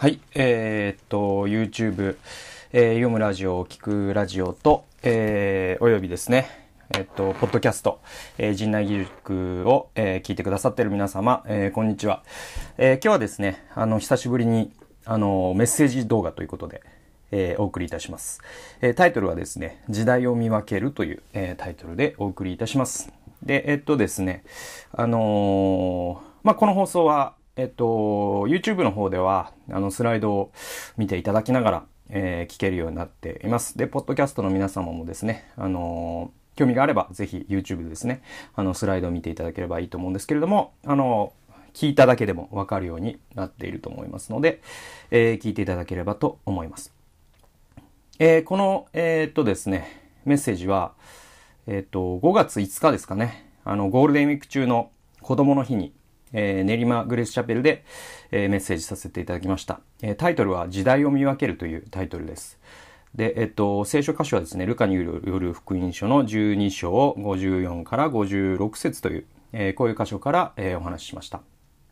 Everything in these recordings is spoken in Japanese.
はい、YouTube、読むラジオ、聞くラジオと、およびですね、ポッドキャスト、陣内義塾を、聞いてくださっている皆様、こんにちは。今日はですね、久しぶりに、メッセージ動画ということで、お送りいたします。タイトルはですね、時代を見分けるという、タイトルでお送りいたします。で、ですね、この放送は、YouTube の方では、スライドを見ていただきながら、聞けるようになっています。で、ポッドキャストの皆様もですね、興味があれば、ぜひ YouTube でですね、スライドを見ていただければいいと思うんですけれども、聞いただけでもわかるようになっていると思いますので、聞いていただければと思います。この、ですね、メッセージは、5月5日ですかね、ゴールデンウィーク中の子供の日に、練馬グレースチャペルで、メッセージさせていただきました。タイトルは時代を見分けるというタイトルです。で、聖書箇所はですね、ルカによる福音書の12章54から56節という、こういう箇所から、お話ししました。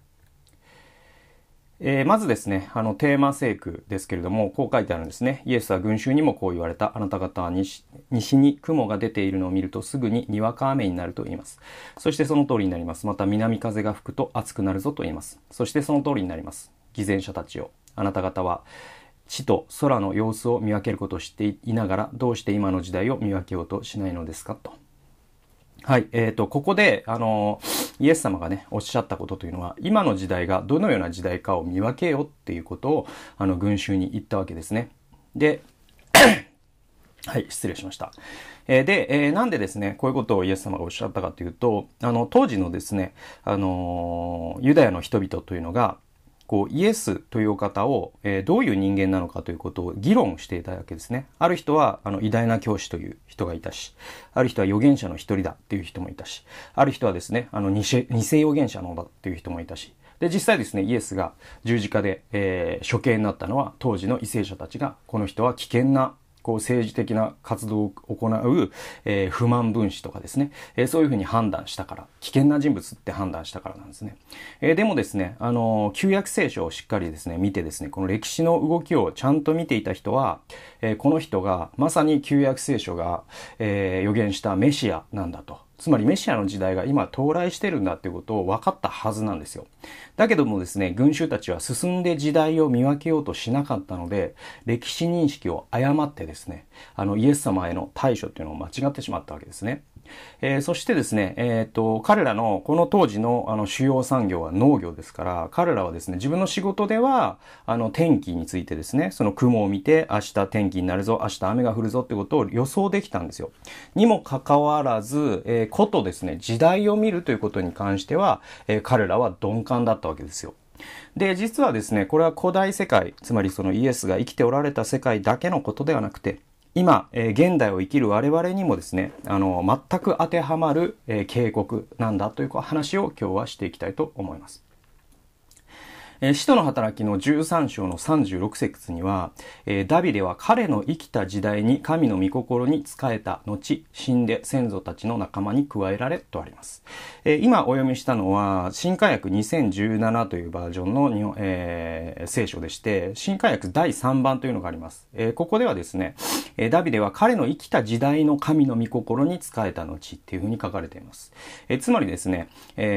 まずですね、テーマ聖句ですけれども、こう書いてあるんですね。イエスは群衆にもこう言われた。あなた方は西に雲が出ているのを見るとすぐににわか雨になると言います。そしてその通りになります。また南風が吹くと暑くなるぞと言います。そしてその通りになります。偽善者たちよ。あなた方は地と空の様子を見分けることを知っていながら、どうして今の時代を見分けようとしないのですかと。はい。ここで、イエス様がね、おっしゃったことというのは、今の時代がどのような時代かを見分けようっていうことを、群衆に言ったわけですね。で、はい、失礼しました。で、なんでですね、こういうことをイエス様がおっしゃったかというと、当時のですね、ユダヤの人々というのが、イエスというお方を、どういう人間なのかということを議論していたわけですね。ある人は、偉大な教師という人がいたし、ある人は預言者の一人だっていう人もいたし、ある人はですね、偽預言者のだっていう人もいたし、で、実際ですね、イエスが十字架で、処刑になったのは、当時の為政者たちが、この人は危険な政治的な活動を行う、不満分子とかですね、そういうふうに判断したから、危険な人物って判断したからなんですね。でもですね、旧約聖書をしっかりですね、見てですね、この歴史の動きをちゃんと見ていた人は、この人がまさに旧約聖書が、予言したメシアなんだと。つまりメシアの時代が今到来してるんだっていうことを分かったはずなんですよ。だけどもですね、群衆たちは進んで時代を見分けようとしなかったので、歴史認識を誤ってですね、イエス様への対処っていうのを間違ってしまったわけですね。そしてですね、彼らのこの当時の主要産業は農業ですから、彼らはですね、自分の仕事では天気についてですね、その雲を見て明日天気になるぞ、明日雨が降るぞってことを予想できたんですよ。にもかかわらず、ことですね、時代を見るということに関しては、彼らは鈍感だったわけですよ。で、実はですね、これは古代世界、つまりそのイエスが生きておられた世界だけのことではなくて、今、現代を生きる我々にもですね、全く当てはまる、警告なんだという話を今日はしていきたいと思います。使徒の働きの13章の36節には、ダビデは彼の生きた時代に神の御心に仕えた後、死んで先祖たちの仲間に加えられとあります。今お読みしたのは、新科学2017というバージョンの聖書でして、新科学第3版というのがあります。ここではですね、ダビデは彼の生きた時代の神の御心に仕えた後っていうふうに書かれています。つまりですね、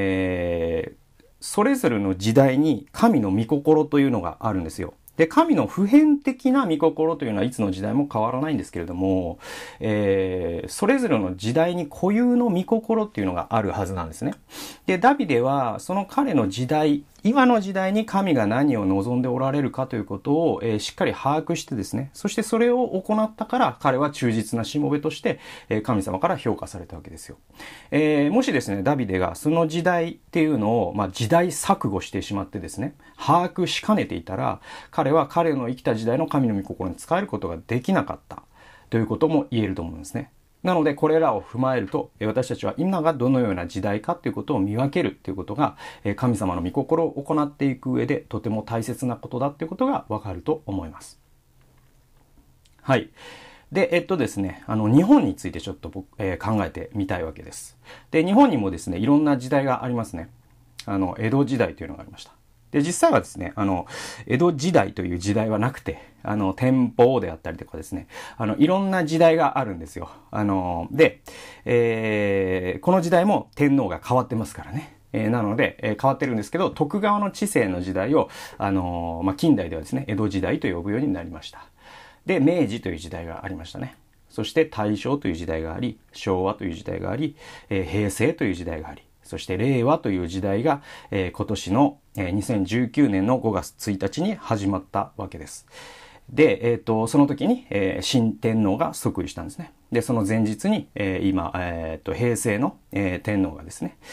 それぞれの時代に神の御心というのがあるんですよ。で、神の普遍的な御心というのはいつの時代も変わらないんですけれども、それぞれの時代に固有の御心っていうのがあるはずなんですね。で、ダビデはその彼の時代、今の時代に神が何を望んでおられるかということを、しっかり把握してですね、そしてそれを行ったから彼は忠実なしもべとして、神様から評価されたわけですよ。もしですね、ダビデがその時代っていうのを、時代錯誤してしまってですね、把握しかねていたら、彼は彼の生きた時代の神の御心に仕えることができなかったということも言えると思うんですね。なのでこれらを踏まえると、私たちは今がどのような時代かということを見分けるということが、神様の御心を行っていく上でとても大切なことだということがわかると思います。はい。で、ですね、日本についてちょっと考えてみたいわけです。で、日本にもですね、いろんな時代がありますね。江戸時代というのがありました。 で、実際はですね、江戸時代という時代はなくて、天保であったりとかですね、いろんな時代があるんですよ。で、この時代も天皇が変わってますからね。なので、変わってるんですけど、徳川の治世の時代を、近代ではですね、江戸時代と呼ぶようになりました。で、明治という時代がありましたね。そして大正という時代があり、昭和という時代があり、平成という時代があり、そして令和という時代が、今年の、2019年の5月1日に始まったわけです。で、その時に、新天皇が即位したんですね。で、その前日に、今、平成の、天皇がですね、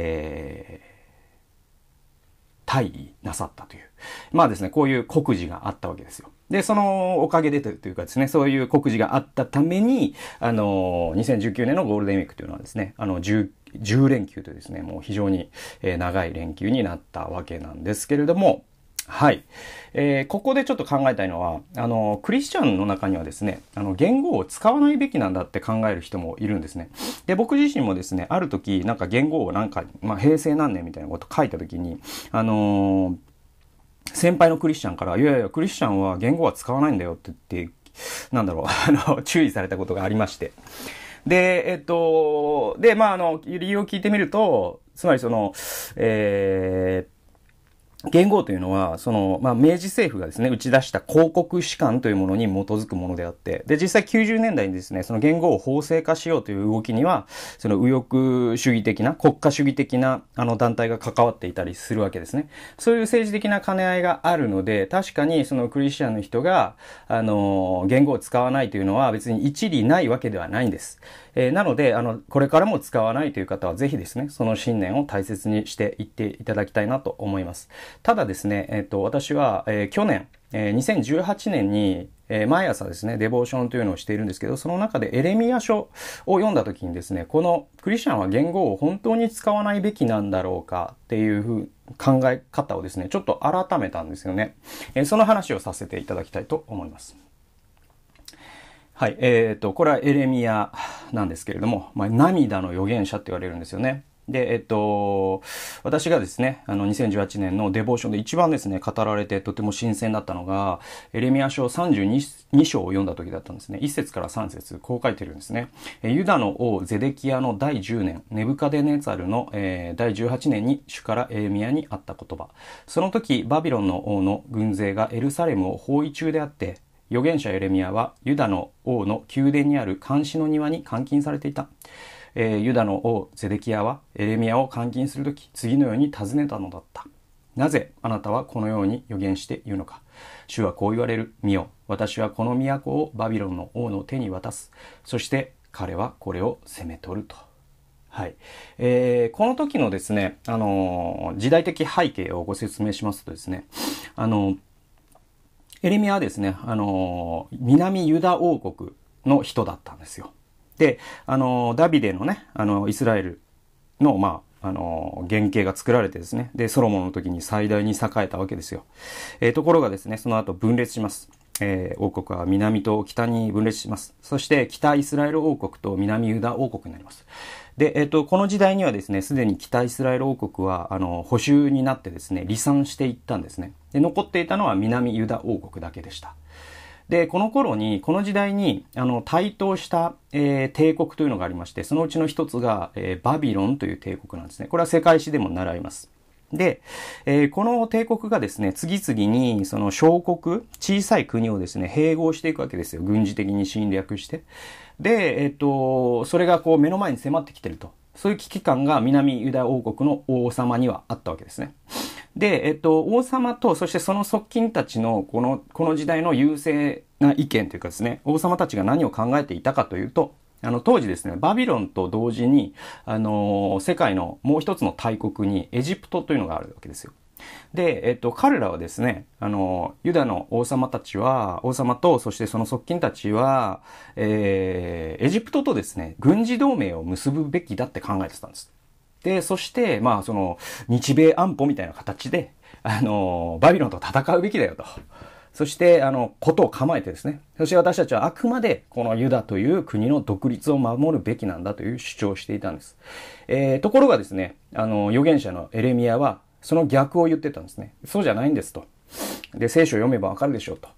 退位なさったという。まあですね、こういう告示があったわけですよ。で、そのおかげでというかですね、そういう告示があったために、2019年のゴールデンウィークというのはですね、10連休というですね、もう非常に長い連休になったわけなんですけれども、はい。ここでちょっと考えたいのは、クリスチャンの中にはですね、元号を使わないべきなんだって考える人もいるんですね。で、僕自身もですね、ある時、なんか元号を平成何年みたいなこと書いた時に、先輩のクリスチャンから、いやいや、クリスチャンは元号は使わないんだよって言って、注意されたことがありまして。で、理由を聞いてみると、つまり元号というのは、明治政府がですね、打ち出した広告史観というものに基づくものであって、で、実際90年代にですね、その元号を法制化しようという動きには、その右翼主義的な、国家主義的な、団体が関わっていたりするわけですね。そういう政治的な兼ね合いがあるので、確かにそのクリスチャンの人が、元号を使わないというのは別に一理ないわけではないんです。なので、これからも使わないという方はぜひですね、その信念を大切にしていっていただきたいなと思います。ただですね、私は、去年、2018年に、毎朝ですね、デボーションというのをしているんですけど、その中でエレミヤ書を読んだ時にですね、このクリスチャンは元号を本当に使わないべきなんだろうかっていう考え方をですね、ちょっと改めたんですよね。その話をさせていただきたいと思います。はい。これはエレミヤなんですけれども、涙の預言者って言われるんですよね。で、私がですね、2018年のデボーションで一番ですね、語られてとても新鮮だったのが、エレミヤ書32章を読んだ時だったんですね。1節から3節、こう書いてるんですね。ユダの王ゼデキヤの第10年、ネブカデネツァルの、第18年に主からエレミヤにあった言葉。その時、バビロンの王の軍勢がエルサレムを包囲中であって、預言者エレミヤはユダの王の宮殿にある監視の庭に監禁されていた。ユダの王ゼデキヤはエレミヤを監禁するとき、次のように尋ねたのだった。なぜあなたはこのように預言して言うのか。主はこう言われる。見よ、私はこの都をバビロンの王の手に渡す。そして彼はこれを攻め取ると。はい。この時のですね、時代的背景をご説明しますとですね、エレミヤはですね、南ユダ王国の人だったんですよ。で、ダビデのね、イスラエルの、原型が作られてですね、で、ソロモンの時に最大に栄えたわけですよ。ところがですね、その後分裂します。王国は南と北に分裂します。そして北イスラエル王国と南ユダ王国になります。で、この時代にはですね、すでに北イスラエル王国は、保守になってですね、離散していったんですね。で、残っていたのは南ユダ王国だけでした。で、この時代に、台頭した、帝国というのがありまして、そのうちの一つが、バビロンという帝国なんですね。これは世界史でも習います。で、この帝国がですね、次々にその小国、小さい国をですね、併合していくわけですよ。軍事的に侵略して。で、それがこう目の前に迫ってきてると。そういう危機感が南ユダ王国の王様にはあったわけですね。で、王様と、そしてその側近たちのこの時代の優勢な意見というかですね、王様たちが何を考えていたかというと、当時ですね、バビロンと同時に、世界のもう一つの大国にエジプトというのがあるわけですよ。で、彼らはですね、ユダの王様と、そしてその側近たちは、エジプトとですね、軍事同盟を結ぶべきだって考えてたんです。で、そして、日米安保みたいな形で、バビロンと戦うべきだよと。そして、ことを構えてですね。そして私たちはあくまで、このユダという国の独立を守るべきなんだという主張をしていたんです。ところがですね、預言者のエレミヤは、 その逆を言ってたんですね。そうじゃないんですと。で、聖書を読めばわかるでしょうと。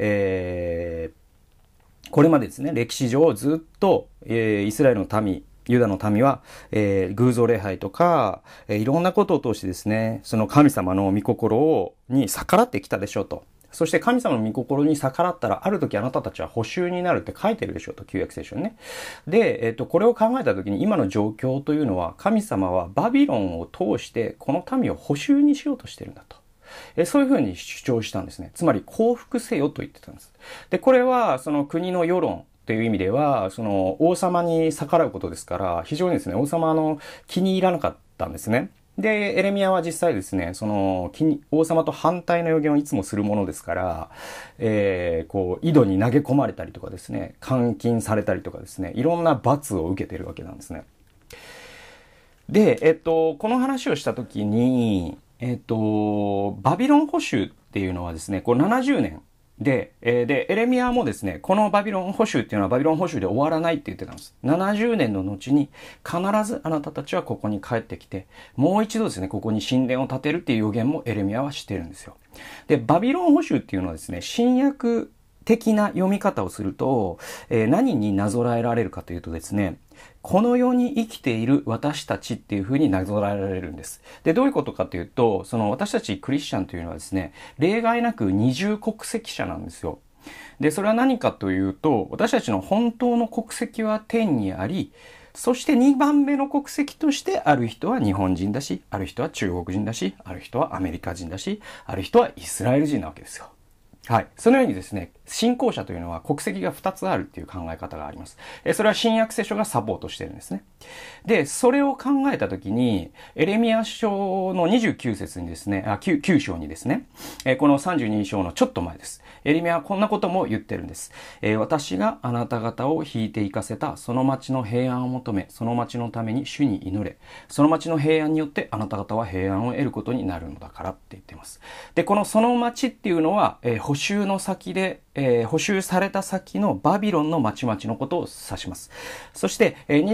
これまでですね、歴史上ずっと、イスラエルの民、ユダの民は、偶像礼拝とか、いろんなことを通してですね、その神様の御心に逆らってきたでしょうと。そして神様の御心に逆らったら、ある時あなたたちは捕囚になるって書いてるでしょうと、旧約聖書にね。で、これを考えた時に今の状況というのは、神様はバビロンを通してこの民を捕囚にしようとしてるんだと。そういうふうに主張したんですね。つまり降伏せよと言ってたんです。で、これはその国の世論という意味では、その王様に逆らうことですから、非常にですね、王様の気に入らなかったんですね。で、エレミヤは実際ですね、その、王様と反対の予言をいつもするものですから、井戸に投げ込まれたりとかですね、監禁されたりとかですね、いろんな罰を受けているわけなんですね。で、この話をしたときに、バビロン捕囚っていうのはですね、これ70年で、エレミヤもですね、このバビロン捕囚っていうのはバビロン捕囚で終わらないって言ってたんです。70年の後に必ずあなたたちはここに帰ってきて、もう一度ですね、ここに神殿を建てるっていう予言もエレミヤはしてるんですよ。で、バビロン捕囚っていうのはですね、新約的な読み方をすると、何になぞらえられるかというとですね、この世に生きている私たちっていうふうになぞらえられるんです。で、どういうことかというと、その私たちクリスチャンというのはですね、例外なく二重国籍者なんですよ。で、それは何かというと、私たちの本当の国籍は天にあり、そして2番目の国籍としてある人は日本人だし、ある人は中国人だし、ある人はアメリカ人だし、ある人はイスラエル人なわけですよ。はい。そのようにですね、信仰者というのは国籍が2つあるっていう考え方があります。それは新約聖書がサポートしてるんですね。で、それを考えたときに、エレミヤ書の29節にですね、9章にですね、この32章のちょっと前です。エレミヤはこんなことも言ってるんです。私があなた方を引いて行かせたその町の平安を求め、その町のために主に祈れ。その町の平安によってあなた方は平安を得ることになるのだからって言っています。で、このその町っていうのは、捕囚の先で、捕囚された先のバビロンの町々のことを指します。そして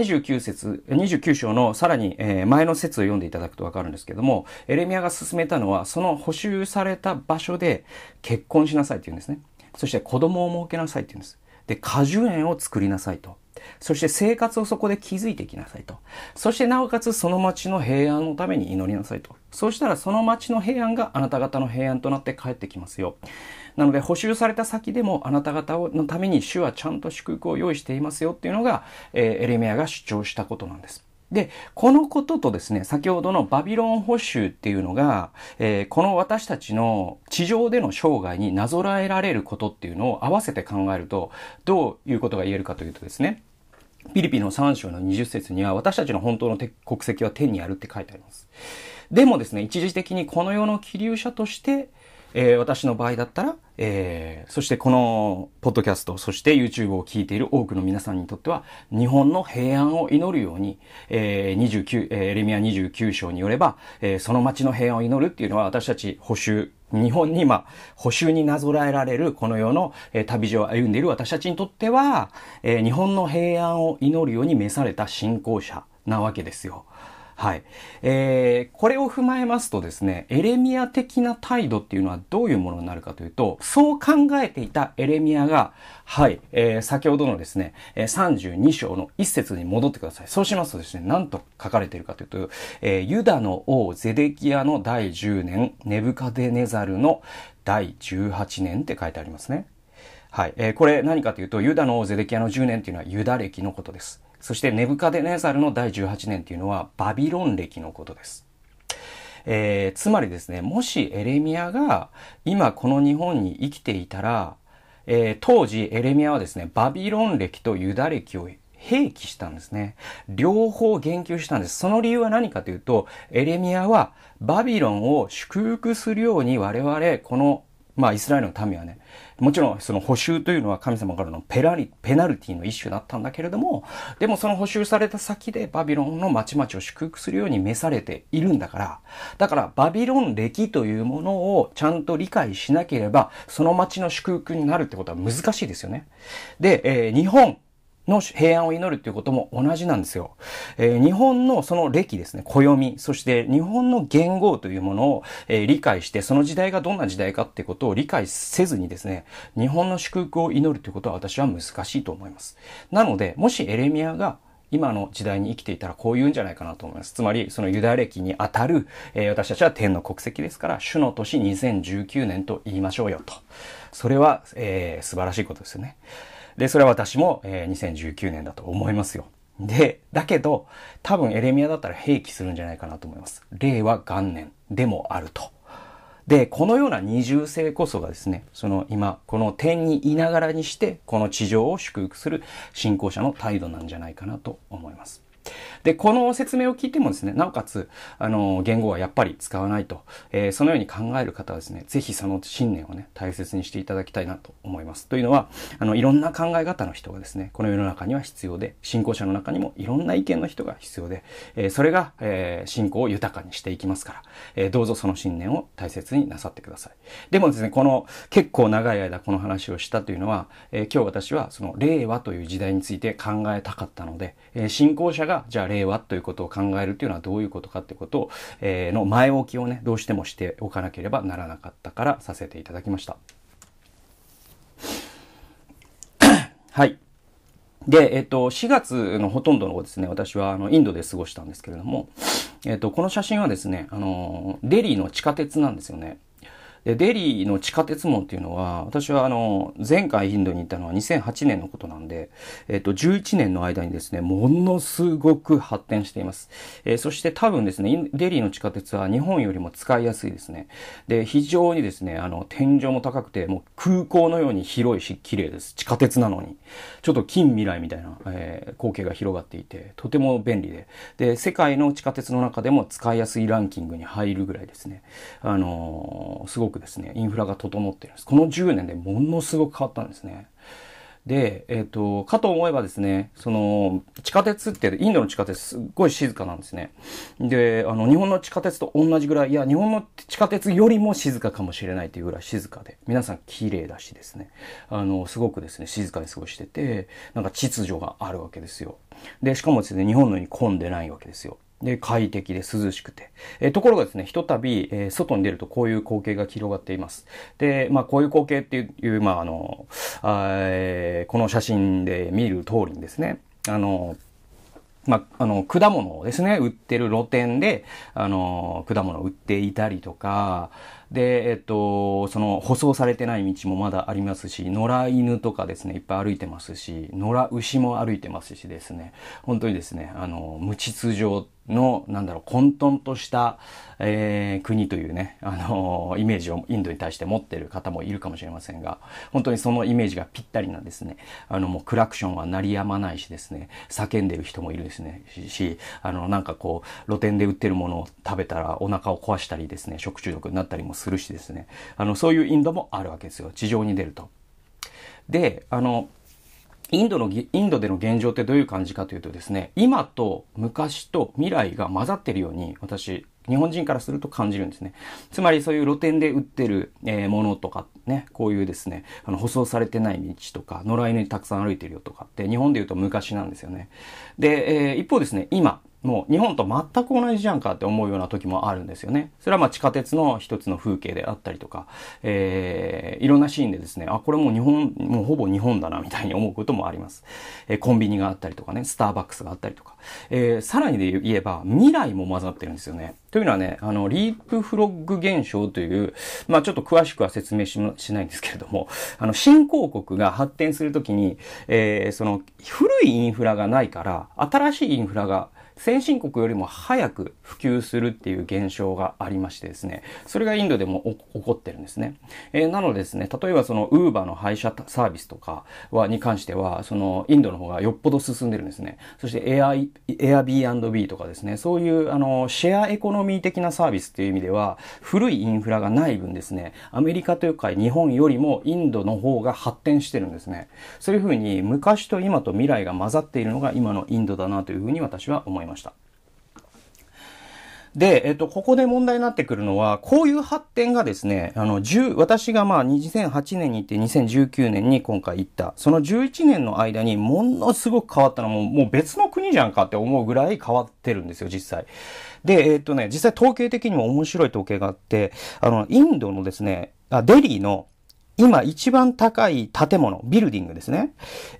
、29章のさらに、前の節を読んでいただくとわかるんですけども、エレミヤが進めたのは、その捕囚された場所で結婚しなさいって言うんですね。そして子供を設けなさいって言うんです。で、果樹園を作りなさいと。そして生活をそこで築いていきなさいと。そしてなおかつその町の平安のために祈りなさいと。そうしたらその町の平安があなた方の平安となって帰ってきますよ。なので捕囚された先でもあなた方のために主はちゃんと祝福を用意していますよっていうのが、エレミヤが主張したことなんです。で、このこととですね、先ほどのバビロン捕囚っていうのが、この私たちの地上での生涯になぞらえられることっていうのを合わせて考えると、どういうことが言えるかというとですね、ピリピの3章の20節には私たちの本当の国籍は天にあるって書いてあります。でもですね、一時的にこの世の気流者として、私の場合だったら、そしてこのポッドキャスト、そして YouTube を聞いている多くの皆さんにとっては、日本の平安を祈るように、エレミヤ29章によれば、その町の平安を祈るっていうのは私たち捕囚、日本に捕囚になぞらえられるこの世の、旅路を歩んでいる私たちにとっては、日本の平安を祈るように召された信仰者なわけですよ。はい。これを踏まえますとですね、エレミヤ的な態度っていうのはどういうものになるかというと、そう考えていたエレミヤが、はい、先ほどのですね、32章の一節に戻ってください。そうしますとですね、何と書かれているかというと、ユダの王ゼデキヤの第10年、ネブカデネザルの第18年って書いてありますね。はい。これ何かというと、ユダの王ゼデキヤの10年っていうのはユダ歴のことです。そしてネブカデネザルの第18年っていうのはバビロン歴のことです。つまりですね、もしエレミヤが今この日本に生きていたら、当時エレミヤはですね、バビロン歴とユダ歴を併記したんですね。両方言及したんです。その理由は何かというと、エレミヤはバビロンを祝福するように我々、このイスラエルの民はね、もちろんその捕囚というのは神様からのペナルティの一種だったんだけれども、でもその捕囚された先でバビロンの町々を祝福するように召されているんだから、だからバビロン歴というものをちゃんと理解しなければ、その町の祝福になるってことは難しいですよね。で、日本の平安を祈るっていうことも同じなんですよ。日本のその歴ですね、暦、そして日本の元号というものを、理解して、その時代がどんな時代かっていうことを理解せずにですね、日本の祝福を祈るということは私は難しいと思います。なので、もしエレミヤが今の時代に生きていたらこう言うんじゃないかなと思います。つまり、そのユダヤ歴にあたる、私たちは天の国籍ですから、主の年2019年と言いましょうよと。それは、素晴らしいことですよね。で、それは私も、2019年だと思いますよ。で、だけど、多分エレミヤだったら併記するんじゃないかなと思います。令和元年でもあると。で、このような二重性こそがですね、その今、この天にいながらにして、この地上を祝福する信仰者の態度なんじゃないかなと思います。で、この説明を聞いてもですね、なおかつ、言語はやっぱり使わないと、そのように考える方はですね、ぜひその信念をね、大切にしていただきたいなと思います。というのは、いろんな考え方の人がですね、この世の中には必要で、信仰者の中にもいろんな意見の人が必要で、それが、信仰を豊かにしていきますから、どうぞその信念を大切になさってください。でもですね、この結構長い間この話をしたというのは、今日私はその令和という時代について考えたかったので、信仰者がじゃあ令和ということを考えるというのはどういうことかということを、の前置きをね、どうしてもしておかなければならなかったからさせていただきました。はい。で、4月のほとんどのですね、私はインドで過ごしたんですけれども、この写真はですね、デリーの地下鉄なんですよね。で、デリーの地下鉄網っていうのは、私は前回インドに行ったのは2008年のことなんで、11年の間にですね、ものすごく発展しています。そして多分ですね、デリーの地下鉄は日本よりも使いやすいですね。で、非常にですね、天井も高くて、もう空港のように広いし、綺麗です。地下鉄なのに。ちょっと近未来みたいな、光景が広がっていて、とても便利で。で、世界の地下鉄の中でも使いやすいランキングに入るぐらいですね。すごくですね、インフラが整っているんです。この10年でものすごく変わったんですね。で、かと思えばですね、その、地下鉄って、インドの地下鉄すっごい静かなんですね。で、日本の地下鉄と同じぐらい、いや、日本の地下鉄よりも静かかもしれないというぐらい静かで、皆さん綺麗だしですね、すごくですね、静かに過ごしてて、なんか秩序があるわけですよ。で、しかもですね、日本のように混んでないわけですよ。で、快適で涼しくて。ところがですね、ひとたび、外に出るとこういう光景が広がっています。で、まあ、こういう光景っていう、まあ、この写真で見る通りにですね、まあ、果物をですね、売ってる露店で、果物を売っていたりとか、で、その舗装されてない道もまだありますし、野良犬とかですね、いっぱい歩いてますし、野良牛も歩いてますしですね、本当にですね、無秩序の、なんだろう、混沌とした、国というね、イメージをインドに対して持っている方もいるかもしれませんが、本当にそのイメージがぴったりなんですね。もうクラクションは鳴り止まないしですね、叫んでる人もいるですね、なんかこう、露店で売ってるものを食べたらお腹を壊したりですね、食中毒になったりもするしですね、そういうインドもあるわけですよ。地上に出ると。で、インドでの現状ってどういう感じかというとですね、今と昔と未来が混ざっているように私、日本人からすると感じるんですね。つまりそういう露店で売ってる、ものとかね、こういうですね、舗装されてない道とか、野良犬にたくさん歩いてるよとかって日本で言うと昔なんですよね。で、一方ですね、今、もう日本と全く同じじゃんかって思うような時もあるんですよね。それはまあ地下鉄の一つの風景であったりとか、いろんなシーンでですね、あ、これもうもうほぼ日本だなみたいに思うこともあります。コンビニがあったりとかね、スターバックスがあったりとか。さらにで言えば未来も混ざってるんですよね。というのはね、リープフロッグ現象という、まあちょっと詳しくは説明しないんですけれども、新興国が発展するときに、その古いインフラがないから、新しいインフラが先進国よりも早く普及するっていう現象がありましてですね、それがインドでも起こってるんですね。なのでですね、例えばその Uber の配車サービスとかに関しては、そのインドの方がよっぽど進んでるんですね。そして Airbnb とかですね、そういうシェアエコノミー的なサービスっていう意味では、古いインフラがない分ですね、アメリカというか日本よりもインドの方が発展してるんですね。そういうふうに昔と今と未来が混ざっているのが今のインドだなというふうに私は思います。 で、ここで問題になってくるのは、こういう発展がですね、私が2008年に行って2019年に今回行った、その11年の間にものすごく変わったのはもう別の国じゃんかって思うぐらい変わってるんですよ、実際。で、実際統計的にも面白い統計があって、インドのですね、デリーの今一番高い建物、ビルディングですね。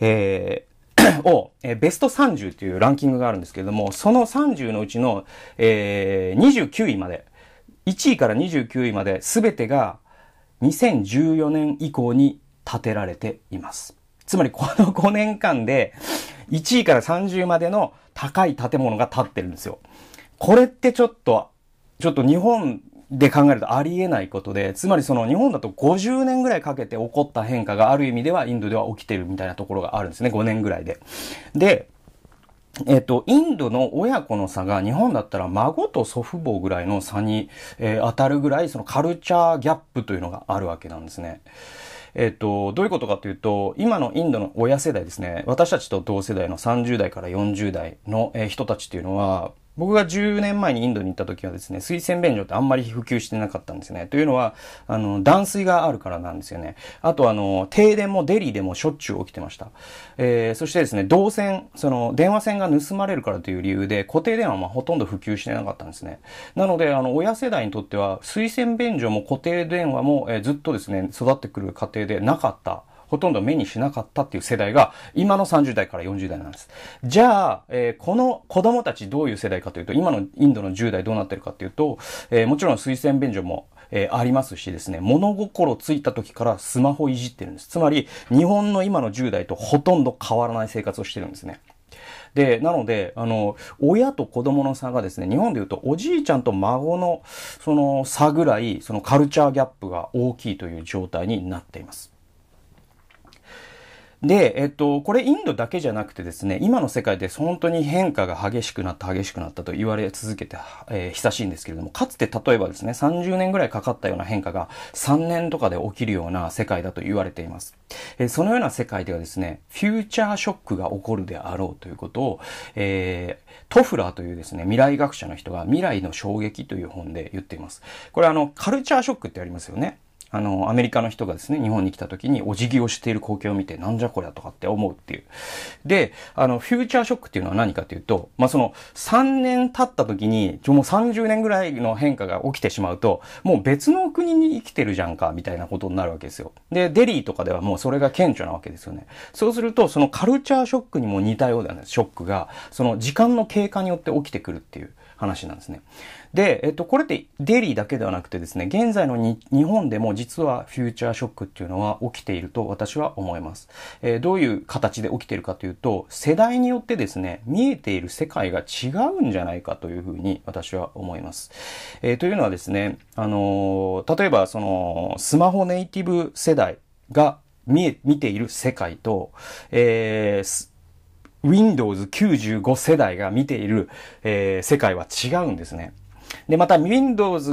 ベスト30っていうランキングがあるんですけれども、その30のうちの、29位まで、1位から29位まで全てが2014年以降に建てられています。つまりこの5年間で1位から30までの高い建物が建ってるんですよ。これってちょっと日本で考えるとありえないことで、つまりその日本だと50年ぐらいかけて起こった変化がある意味ではインドでは起きてるみたいなところがあるんですね。5年ぐらいで。で、インドの親子の差が日本だったら孫と祖父母ぐらいの差に、当たるぐらいそのカルチャーギャップというのがあるわけなんですね。どういうことかというと、今のインドの親世代ですね、私たちと同世代の30代から40代の人たちっていうのは、僕が10年前にインドに行った時はですね、水洗便所ってあんまり普及してなかったんですね。というのは、断水があるからなんですよね。あと停電もデリーでもしょっちゅう起きてました。そしてですね、電話線が盗まれるからという理由で、固定電話はほとんど普及してなかったんですね。なので、親世代にとっては、水洗便所も固定電話も、ずっとですね、育ってくる過程でなかった。ほとんど目にしなかったっていう世代が今の30代から40代なんです。じゃあ、この子供たちどういう世代かというと、今のインドの10代どうなってるかというと、もちろん水洗便所も、ありますしですね、物心ついた時からスマホいじってるんです。つまり、日本の今の10代とほとんど変わらない生活をしてるんですね。で、なので、親と子供の差がですね、日本で言うとおじいちゃんと孫のその差ぐらい、そのカルチャーギャップが大きいという状態になっています。で、これインドだけじゃなくてですね、今の世界で本当に変化が激しくなったと言われ続けて、久しいんですけれども、かつて例えばですね、30年ぐらいかかったような変化が3年とかで起きるような世界だと言われています。そのような世界ではですね、フューチャーショックが起こるであろうということを、トフラーというですね、未来学者の人が未来の衝撃という本で言っています。これカルチャーショックってありますよね。アメリカの人がですね、日本に来た時にお辞儀をしている光景を見て、なんじゃこりゃとかって思うっていう。で、フューチャーショックっていうのは何かというと、その3年経った時に、もう30年ぐらいの変化が起きてしまうと、もう別の国に生きてるじゃんか、みたいなことになるわけですよ。で、デリーとかではもうそれが顕著なわけですよね。そうすると、そのカルチャーショックにも似たようなショックが、その時間の経過によって起きてくるっていう話なんですね。で、これってデリーだけではなくてですね、現在の日本でも実はフューチャーショックっていうのは起きていると私は思います。どういう形で起きているかというと、世代によってですね、見えている世界が違うんじゃないかというふうに私は思います。というのはですね、例えばスマホネイティブ世代が見ている世界と、Windows 95世代が見ている、世界は違うんですね。で、また Windows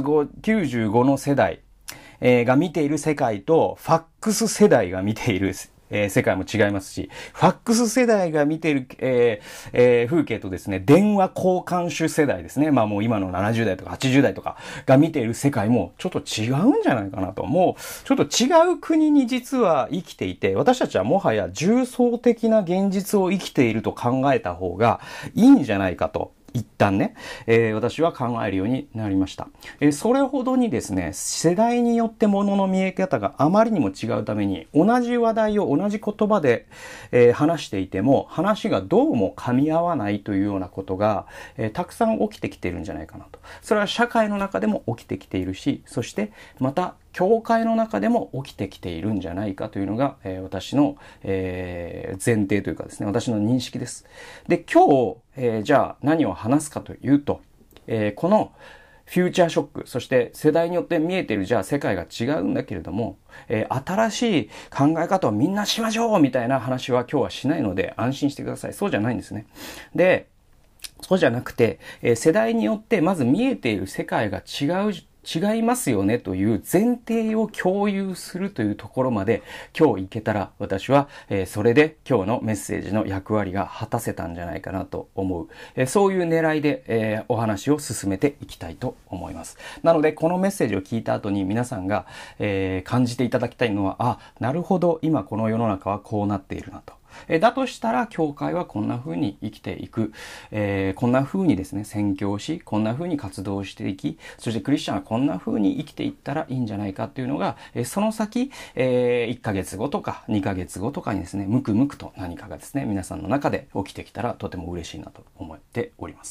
95の世代、が見ている世界と、ファックス世代が見ている、世界も違いますし、ファックス世代が見ている、風景とですね、電話交換手世代ですね。もう今の70代とか80代とかが見ている世界もちょっと違うんじゃないかなと。もうちょっと違う国に実は生きていて、私たちはもはや重層的な現実を生きていると考えた方がいいんじゃないかと。一旦ね、私は考えるようになりました。それほどにですね、世代によって物の見え方があまりにも違うために、同じ話題を同じ言葉で、話していても、話がどうも噛み合わないというようなことが、たくさん起きてきているんじゃないかなと。それは社会の中でも起きてきているし、そしてまた、教会の中でも起きてきているんじゃないかというのが、私の、前提というかですね、私の認識です。で、今日、じゃあ何を話すかというと、このフューチャーショック、そして世代によって見えているじゃあ世界が違うんだけれども、新しい考え方をみんなしましょうみたいな話は今日はしないので安心してください。そうじゃないんですね。で、そうじゃなくて、世代によってまず見えている世界が違違いますよねという前提を共有するというところまで今日いけたら、私は、それで今日のメッセージの役割が果たせたんじゃないかなと思う。そういう狙いで、お話を進めていきたいと思います。なので、このメッセージを聞いた後に皆さんが、感じていただきたいのは、なるほど、今この世の中はこうなっているなと。だとしたら、教会はこんな風に生きていく。こんな風にですね、宣教し、こんな風に活動していき、そしてクリスチャンはこんな風に生きていったらいいんじゃないかっていうのが、その先、1ヶ月後とか2ヶ月後とかにですね、むくむくと何かがですね、皆さんの中で起きてきたらとても嬉しいなと思っております。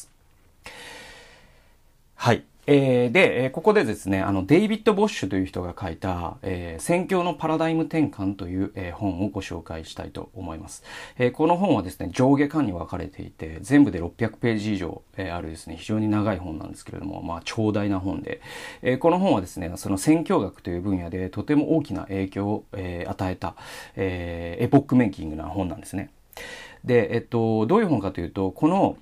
はい。で、ここでですね、デイビッド・ボッシュという人が書いた、宣教のパラダイム転換という、本をご紹介したいと思います。この本はですね、上下巻に分かれていて、全部で600ページ以上、あるですね、非常に長い本なんですけれども、長大な本で、この本はですね、その宣教学という分野でとても大きな影響を、与えた、エポックメイキングな本なんですね。で、どういう本かというと、この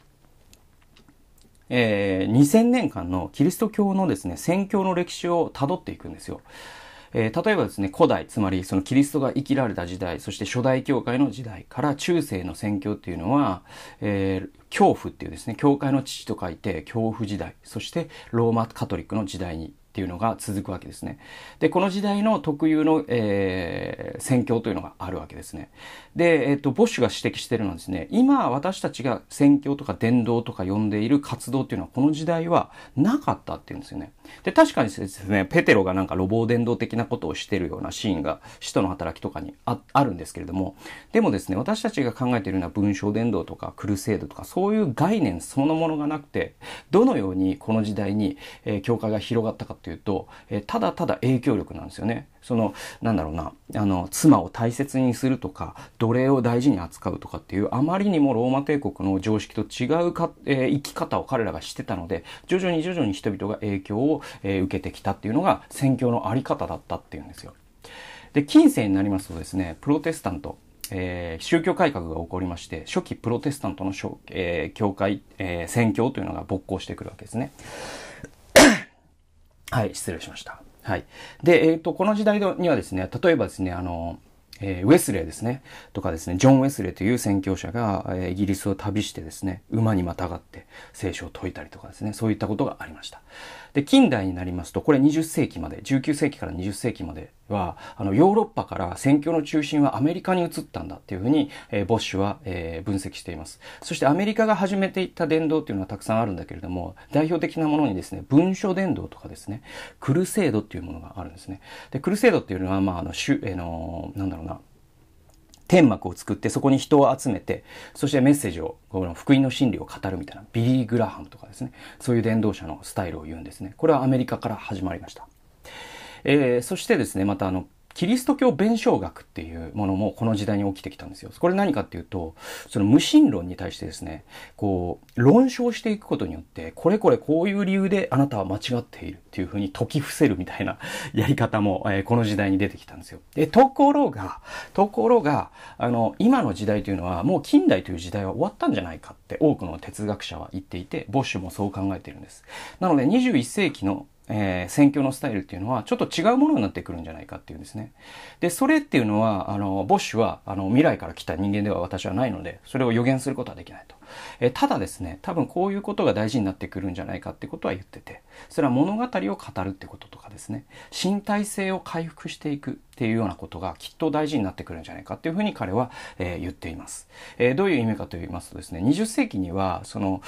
2000年間のキリスト教のですね、宣教の歴史を辿っていくんですよ。例えばですね、古代、つまりそのキリストが生きられた時代、そして初代教会の時代から中世の宣教っていうのは、教父っていうですね、教会の父と書いて教父時代、そしてローマカトリックの時代にっていうのが続くわけですね。で、この時代の特有の、宣教というのがあるわけですね。で、ボッシュが指摘しているのはですね、今私たちが宣教とか伝道とか呼んでいる活動っていうのはこの時代はなかったっていうんですよね。で、確かにですね、ペテロがなんか路傍伝道的なことをしているようなシーンが使徒の働きとかにあるんですけれども、でもですね、私たちが考えているような文章伝道とかクルセードとかそういう概念そのものがなくて、どのようにこの時代に、教会が広がったかというと、ただただ影響力なんですよね。なんだろうな、妻を大切にするとか、奴隷を大事に扱うとかっていう、あまりにもローマ帝国の常識と違う生き方を彼らがしてたので、徐々に人々が影響を、受けてきたっていうのが宣教のあり方だったっていうんですよ。で、近世になりますとですね、プロテスタント、宗教改革が起こりまして、初期プロテスタントの教会、宣教というのが勃興してくるわけですね。はい、失礼しました。はい。で、この時代にはですね、例えばですね、ウェスレーですね、とかですね、ジョン・ウェスレーという宣教者が、イギリスを旅してですね、馬にまたがって聖書を説いたりとかですね、そういったことがありました。で、近代になりますと、これ20世紀まで、19世紀から20世紀までは、ヨーロッパから宣教の中心はアメリカに移ったんだっていうふうに、ボッシュは、分析しています。そしてアメリカが始めていった伝道っていうのはたくさんあるんだけれども、代表的なものにですね、文書伝道とかですね、クルセードっていうものがあるんですね。で、クルセードっていうのは、なんだろうな、天幕を作ってそこに人を集めて、そしてメッセージを、この福音の真理を語るみたいな、ビリー・グラハムとかですね、そういう伝道者のスタイルを言うんですね。これはアメリカから始まりました。そしてですね、またキリスト教弁証学っていうものもこの時代に起きてきたんですよ。これ何かっていうと、その無神論に対してですね、論証していくことによって、これこういう理由であなたは間違っているっていうふうに説き伏せるみたいなやり方も、この時代に出てきたんですよ。で、ところが、今の時代というのはもう近代という時代は終わったんじゃないかって多くの哲学者は言っていて、ボッシュもそう考えているんです。なので21世紀の宣教のスタイルっていうのはちょっと違うものになってくるんじゃないかっていうんですね。で、それっていうのは、ボッシュは、未来から来た人間では私はないので、それを予言することはできないと。ただですね、多分こういうことが大事になってくるんじゃないかってことは言ってて、それは物語を語るってこととかですね、身体性を回復していくっていうようなことがきっと大事になってくるんじゃないかっていうふうに彼は、言っています。どういう意味かと言いますとですね、20世紀には、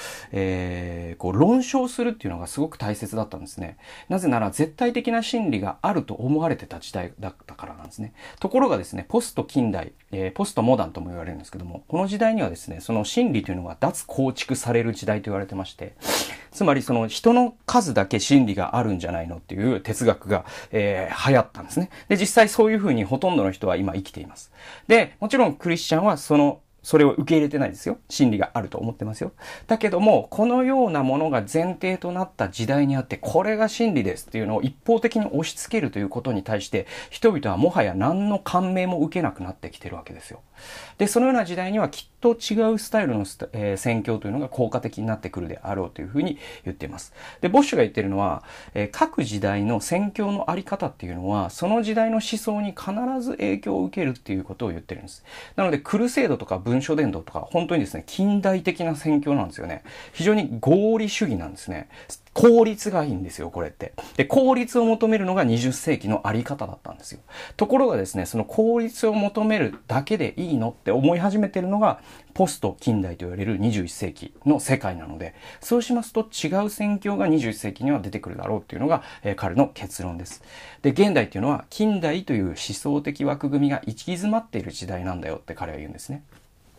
論証するっていうのがすごく大切だったんですね。なぜなら絶対的な真理があると思われてた時代だったからなんですね。ところがですね、ポスト近代、ポストモダンとも言われるんですけども、この時代にはですね、その真理というのが脱構築される時代と言われてまして、つまりその人の数だけ真理があるんじゃないのっていう哲学が、流行ったんですね。で、実際そういうふうにほとんどの人は今生きています。で、もちろんクリスチャンはそれを受け入れてないですよ。真理があると思ってますよ。だけども、このようなものが前提となった時代にあって、これが真理ですっていうのを一方的に押し付けるということに対して、人々はもはや何の感銘も受けなくなってきてるわけですよ。で、そのような時代にはきっと違うスタイルの宣教というのが効果的になってくるであろうというふうに言っています。で、ボッシュが言っているのは、各時代の宣教のあり方っていうのは、その時代の思想に必ず影響を受けるっていうことを言ってるんです。なので、クルセードとか文書伝道とか、本当にですね、近代的な宣教なんですよね。非常に合理主義なんですね。効率がいいんですよ、これって。で、効率を求めるのが20世紀のあり方だったんですよ。ところがですね、その効率を求めるだけでいいのって思い始めてるのが、ポスト近代と言われる21世紀の世界なので、そうしますと違う宣教が21世紀には出てくるだろうっていうのが、彼の結論です。で、現代っていうのは近代という思想的枠組みが行き詰まっている時代なんだよって彼は言うんですね。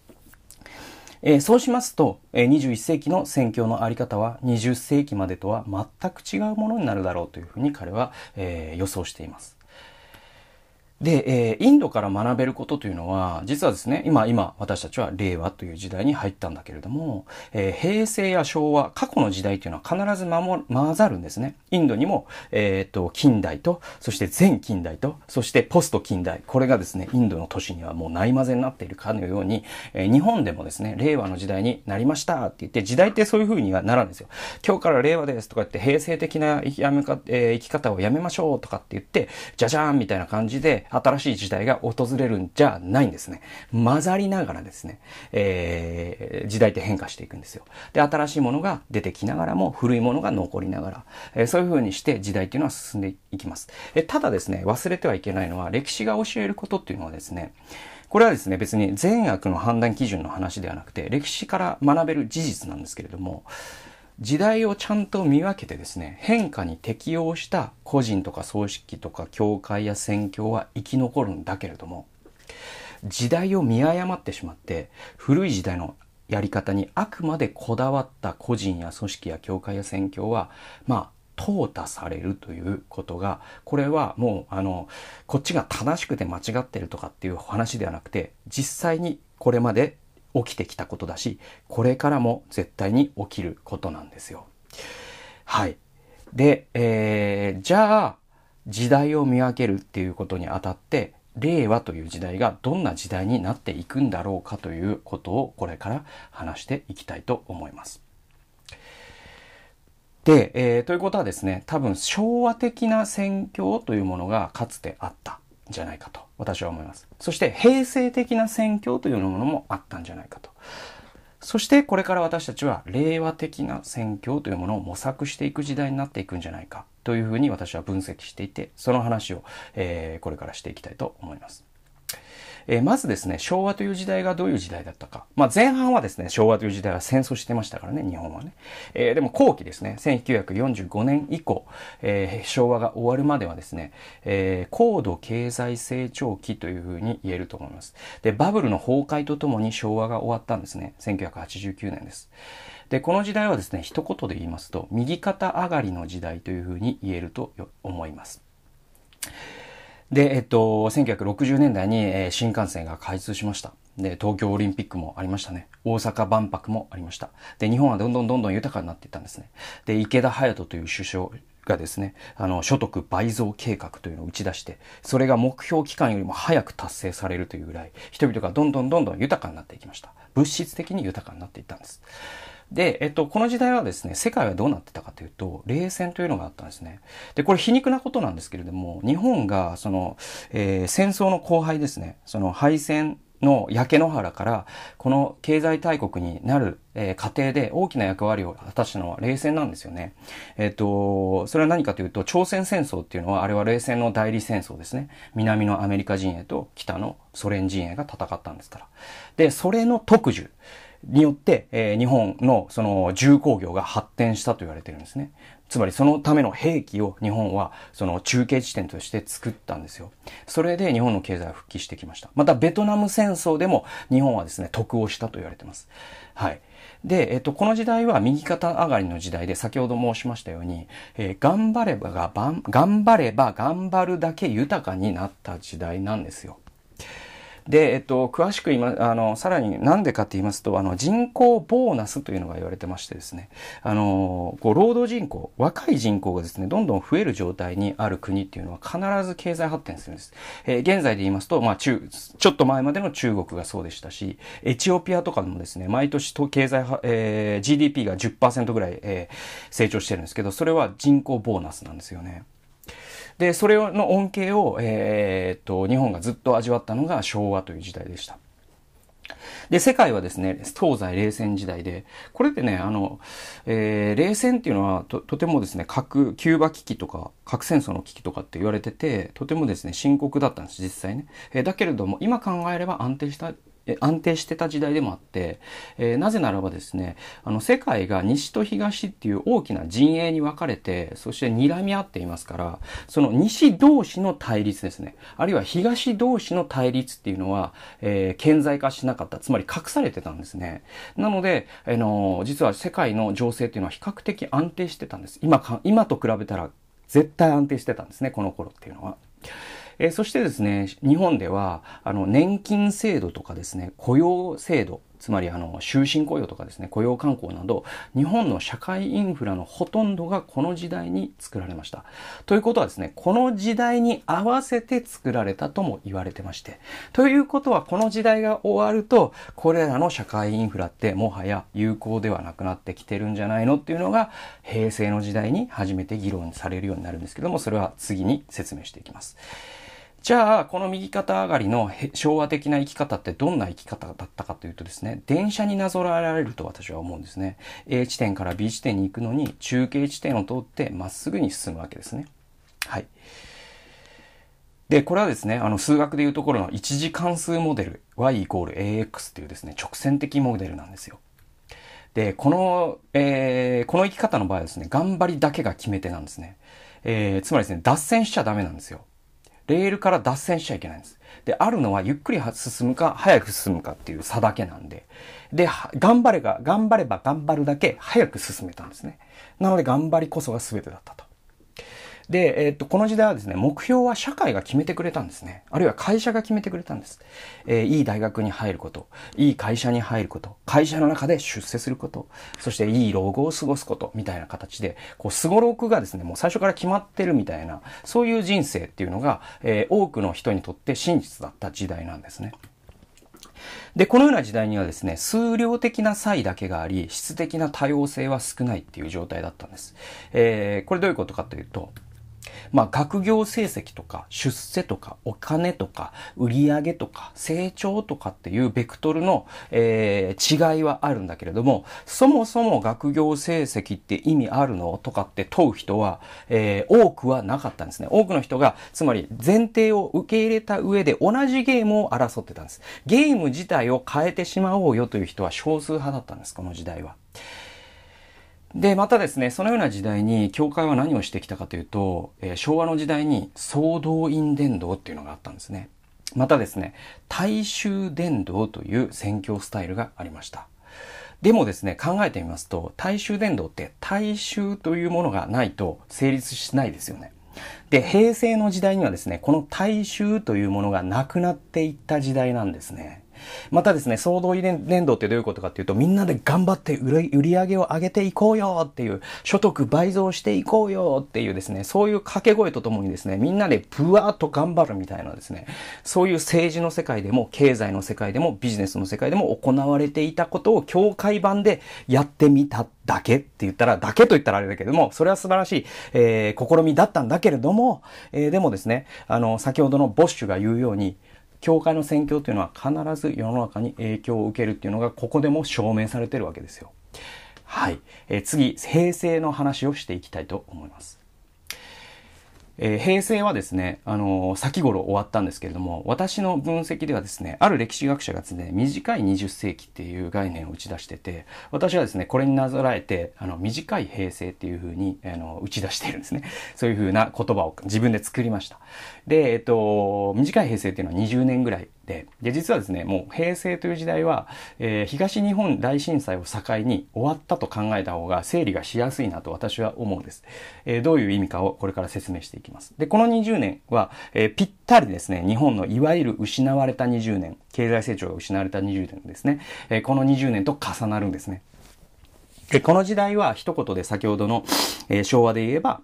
そうしますと、21世紀の宣教のあり方は20世紀までとは全く違うものになるだろうというふうに彼は、予想しています。で、インドから学べることというのは、実はですね、今、私たちは令和という時代に入ったんだけれども、平成や昭和、過去の時代というのは必ず混ざるんですね。インドにも、近代と、そして前近代と、そしてポスト近代。これがですね、インドの都市にはもうない混ぜになっているかのように、日本でもですね、令和の時代になりましたって言って、時代ってそういう風にはならんですよ。今日から令和ですとか言って、平成的な生き方をやめましょうとかって言って、じゃじゃーんみたいな感じで、新しい時代が訪れるんじゃないんですね。混ざりながらですね、時代って変化していくんですよ。で、新しいものが出てきながらも古いものが残りながら、そういう風にして時代っていうのは進んでいきます。ただですね、忘れてはいけないのは歴史が教えることっていうのはですね、これはですね、別に善悪の判断基準の話ではなくて、歴史から学べる事実なんですけれども、時代をちゃんと見分けてですね、変化に適応した個人とか組織とか教会や宣教は生き残るんだけれども、時代を見誤ってしまって、古い時代のやり方にあくまでこだわった個人や組織や教会や宣教は、淘汰されるということが、これはもうこっちが正しくて間違ってるとかっていう話ではなくて、実際にこれまで起きてきたことだし、これからも絶対に起きることなんですよ。はい。で、じゃあ、時代を見分けるっていうことにあたって、令和という時代がどんな時代になっていくんだろうかということをこれから話していきたいと思います。で、ということはですね、多分昭和的な宣教というものがかつてあったんじゃないかと私は思います。そして平成的な宣教というものもあったんじゃないかと。そしてこれから私たちは令和的な宣教というものを模索していく時代になっていくんじゃないかというふうに私は分析していて、その話を、これからしていきたいと思います。まずですね、昭和という時代がどういう時代だったか。前半はですね、昭和という時代は戦争してましたからね、日本はね。でも後期ですね、1945年以降、昭和が終わるまではですね、高度経済成長期というふうに言えると思います。で、バブルの崩壊とともに昭和が終わったんですね。1989年です。で、この時代はですね、一言で言いますと、右肩上がりの時代というふうに言えると思います。で、1960年代に新幹線が開通しました。で、東京オリンピックもありましたね。大阪万博もありました。で、日本はどんどん豊かになっていったんですね。で、池田隼人という首相がですね、所得倍増計画というのを打ち出して、それが目標期間よりも早く達成されるというぐらい、人々がどんどん豊かになっていきました。物質的に豊かになっていったんです。で、この時代はですね、世界はどうなってたかというと、冷戦というのがあったんですね。で、これ皮肉なことなんですけれども、日本が、戦争の荒廃ですね、敗戦の焼け野原から、この経済大国になる、過程で大きな役割を果たしたのは冷戦なんですよね。それは何かというと、朝鮮戦争っていうのは、あれは冷戦の代理戦争ですね。南のアメリカ陣営と北のソ連陣営が戦ったんですから。で、それの特需によって、日本のその重工業が発展したと言われてるんですね。つまりそのための兵器を日本はその中継地点として作ったんですよ。それで日本の経済は復帰してきました。またベトナム戦争でも日本はですね、得をしたと言われています。はい。で、この時代は右肩上がりの時代で、先ほど申しましたように、頑張れば頑張るだけ豊かになった時代なんですよ。 で、詳しくさらになんでかって言いますと、人口ボーナスというのが言われてましてですね、労働人口、若い人口がですね、どんどん増える状態にある国っていうのは必ず経済発展するんです。現在で言いますと、ちょっと前までの中国がそうでしたし、エチオピアとかでもですね、毎年経済、GDP が 10% ぐらい、成長してるんですけど、それは人口ボーナスなんですよね。で、それの恩恵を、日本がずっと味わったのが昭和という時代でした。で、世界はですね、東西冷戦時代で、これってね、冷戦っていうのはとてもですね、キューバ危機とか、核戦争の危機とかって言われてて、とてもですね、深刻だったんです、実際ね。だけれども、今考えれば安定してた時代でもあって、なぜならばですね、世界が西と東っていう大きな陣営に分かれて、そして睨み合っていますから、その西同士の対立ですね、あるいは東同士の対立っていうのは、顕在化しなかった。つまり隠されてたんですね。なので、実は世界の情勢っていうのは比較的安定してたんです。今と比べたら絶対安定してたんですね、この頃っていうのは。そしてですね、日本では、年金制度とかですね、雇用制度、つまり終身雇用とかですね、雇用慣行など、日本の社会インフラのほとんどがこの時代に作られました。ということはですね、この時代に合わせて作られたとも言われてまして、ということはこの時代が終わると、これらの社会インフラってもはや有効ではなくなってきてるんじゃないのっていうのが、平成の時代に初めて議論されるようになるんですけども、それは次に説明していきます。じゃあ、この右肩上がりの昭和的な生き方ってどんな生き方だったかというとですね、電車になぞらえられると私は思うんですね。A 地点から B 地点に行くのに中継地点を通ってまっすぐに進むわけですね。はい。で、これはですね、数学でいうところの一次関数モデル y イコール ax っていうですね、直線的モデルなんですよ。で、この生き方の場合はですね、頑張りだけが決め手なんですね。つまりですね、脱線しちゃダメなんですよ。レールから脱線しちゃいけないんです。で、あるのはゆっくり進むか、早く進むかっていう差だけなんで。で、頑張れば頑張るだけ早く進めたんですね。なので、頑張りこそが全てだったと。で、この時代はですね、目標は社会が決めてくれたんですね。あるいは会社が決めてくれたんです。いい大学に入ること、いい会社に入ること、会社の中で出世すること、そしていい老後を過ごすこと、みたいな形で、すごろくがですね、もう最初から決まってるみたいな、そういう人生っていうのが、多くの人にとって真実だった時代なんですね。で、このような時代にはですね、数量的な差異だけがあり、質的な多様性は少ないっていう状態だったんです。これどういうことかというと、学業成績とか出世とかお金とか売上とか成長とかっていうベクトルの、違いはあるんだけれども、そもそも学業成績って意味あるのとかって問う人は、多くはなかったんですね。多くの人が、つまり前提を受け入れた上で同じゲームを争ってたんです。ゲーム自体を変えてしまおうよという人は少数派だったんです、この時代は。で、またですね、そのような時代に教会は何をしてきたかというと、昭和の時代に総動員伝道っていうのがあったんですね。またですね、大衆伝道という宣教スタイルがありました。でもですね、考えてみますと、大衆伝道って大衆というものがないと成立しないですよね。で、平成の時代にはですね、この大衆というものがなくなっていった時代なんですね。またですね、総動員伝道ってどういうことかっていうと、みんなで頑張って売り上げを上げていこうよっていう、所得倍増していこうよっていうですね、そういう掛け声とともにですね、みんなでブワーッと頑張るみたいなですね、そういう政治の世界でも、経済の世界でも、ビジネスの世界でも行われていたことを教会版でやってみただけって言ったら、だけと言ったらあれだけども、それは素晴らしい、試みだったんだけれども、でもですね、先ほどのボッシュが言うように、教会の宣教というのは必ず世の中に影響を受けるっていうのがここでも証明されているわけですよ。はい。次、平成の話をしていきたいと思います。平成はですね、先頃終わったんですけれども、私の分析ではですね、ある歴史学者がですね、短い20世紀っていう概念を打ち出してて、私はですね、これになぞらえて、短い平成っていう風に、打ち出しているんですね。そういう風な言葉を自分で作りました。で、短い平成っていうのは20年ぐらいて、で、実はですね、もう平成という時代は、東日本大震災を境に終わったと考えた方が整理がしやすいなと私は思うんです。どういう意味かをこれから説明していきます。で、この20年は、ぴったりですね、日本のいわゆる失われた20年、経済成長が失われた20年ですね、この20年と重なるんですね。で、この時代は一言で先ほどの、昭和で言えば、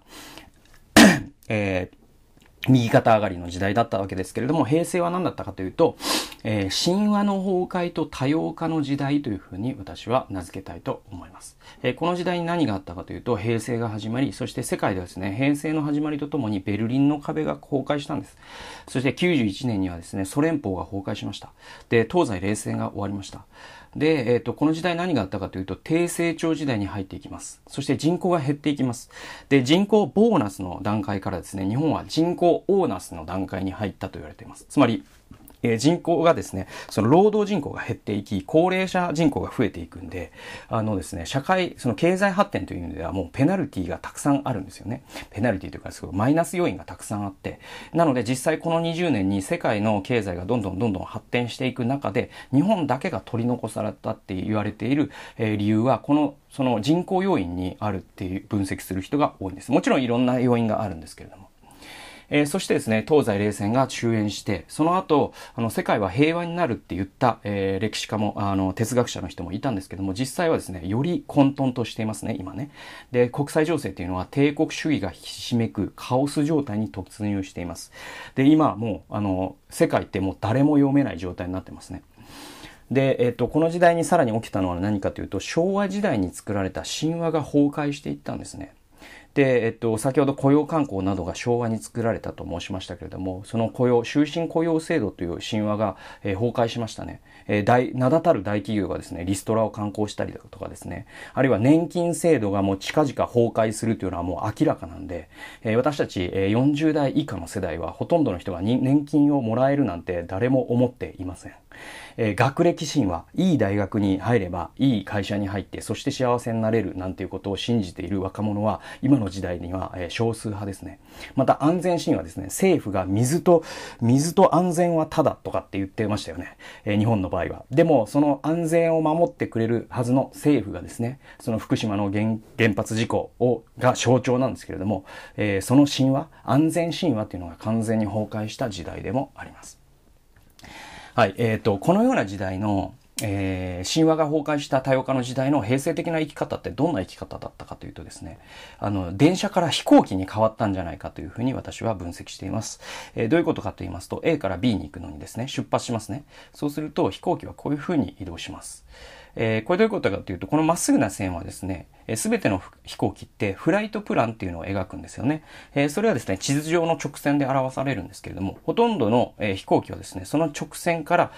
右肩上がりの時代だったわけですけれども、平成は何だったかというと、神話の崩壊と多様化の時代というふうに私は名付けたいと思います。この時代に何があったかというと、平成が始まり、そして世界ではですね、平成の始まりとともにベルリンの壁が崩壊したんです。そして91年にはですね、ソ連邦が崩壊しました。で、東西冷戦が終わりました。で、この時代何があったかというと、低成長時代に入っていきます。そして人口が減っていきます。で、人口ボーナスの段階からですね、日本は人口オーナスの段階に入ったと言われています。つまり、人口がですね、その労働人口が減っていき、高齢者人口が増えていくんで、ですね、その経済発展という意味ではもうペナルティがたくさんあるんですよね。ペナルティというか、すごいマイナス要因がたくさんあって、なので実際この20年に世界の経済がどんどん発展していく中で、日本だけが取り残されたって言われている、理由は、その人口要因にあるっていう分析する人が多いんです。もちろんいろんな要因があるんですけれども。そしてですね、東西冷戦が終焉して、その後、世界は平和になるって言った、歴史家も、哲学者の人もいたんですけども、実際はですね、より混沌としていますね、今ね。で、国際情勢っていうのは帝国主義がひしめくカオス状態に突入しています。で、今もう、世界ってもう誰も読めない状態になってますね。で、この時代にさらに起きたのは何かというと、昭和時代に作られた神話が崩壊していったんですね。で、先ほど雇用慣行などが昭和に作られたと申しましたけれども、その終身雇用制度という神話が、崩壊しましたね。名だたる大企業がですね、リストラを慣行したりだとかですね、あるいは年金制度がもう近々崩壊するというのはもう明らかなんで、私たち40代以下の世代はほとんどの人が年金をもらえるなんて誰も思っていません。学歴神話、いい大学に入れば、いい会社に入って、そして幸せになれるなんていうことを信じている若者は、今の時代には少数派ですね。また安全神話ですね。政府が水と安全はただとかって言ってましたよね。日本の場合は。でも、その安全を守ってくれるはずの政府がですね、その福島の原発事故が象徴なんですけれども、その神話、安全神話っていうのが完全に崩壊した時代でもあります。はい、このような時代の、神話が崩壊した多様化の時代の平成的な生き方ってどんな生き方だったかというとですね、電車から飛行機に変わったんじゃないかというふうに私は分析しています。どういうことかと言いますと、A から B に行くのにですね、出発しますね。そうすると飛行機はこういうふうに移動します。これどういうことかというと、このまっすぐな線はですね、すべての飛行機ってフライトプランっていうのを描くんですよね。それはですね、地図上の直線で表されるんですけれども、ほとんどの飛行機はですね、その直線から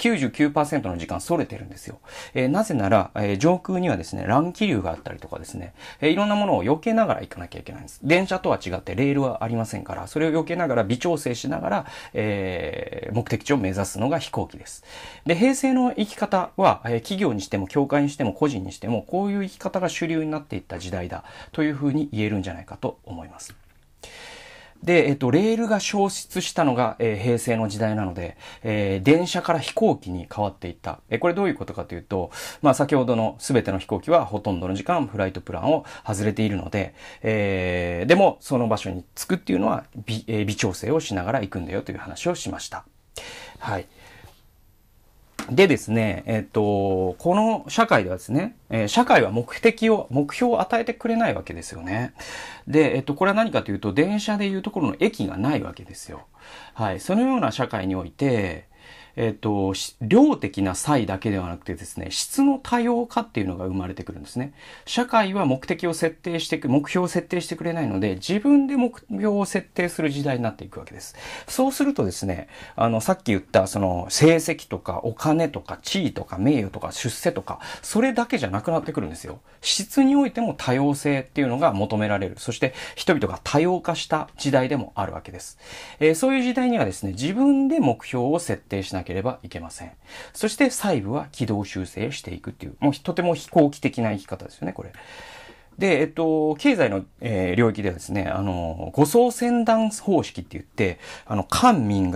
99% の時間逸れてるんですよ。なぜなら、上空にはですね、乱気流があったりとかですね、いろんなものを避けながら行かなきゃいけないんです。電車とは違ってレールはありませんから、それを避けながら微調整しながら、目的地を目指すのが飛行機です。で、平成の生き方は、企業にしても教会にしても個人にしても、こういう生き方が主流になっていった時代だというふうに言えるんじゃないかと思います。で、レールが消失したのが、平成の時代なので、電車から飛行機に変わっていった。これどういうことかというと、先ほどの全ての飛行機はほとんどの時間フライトプランを外れているので、でもその場所に着くっていうのは微調整をしながら行くんだよという話をしました。はい。でですね、この社会ではですね、社会は目標を与えてくれないわけですよね。で、これは何かというと、電車でいうところの駅がないわけですよ。はい。そのような社会において、量的な差異だけではなくてですね、質の多様化っていうのが生まれてくるんですね。社会は目標を設定してくれないので、自分で目標を設定する時代になっていくわけです。そうするとですね、さっき言ったその成績とかお金とか地位とか名誉とか出世とか、それだけじゃなくなってくるんですよ。質においても多様性っていうのが求められる。そして人々が多様化した時代でもあるわけです。そういう時代にはですね、自分で目標を設定しなければいけません。そして細部は軌道修正していくっていう、もうとても飛行機的な生き方ですよね、これ。で、経済の、領域ではですね、護送船団方式って言って、官民が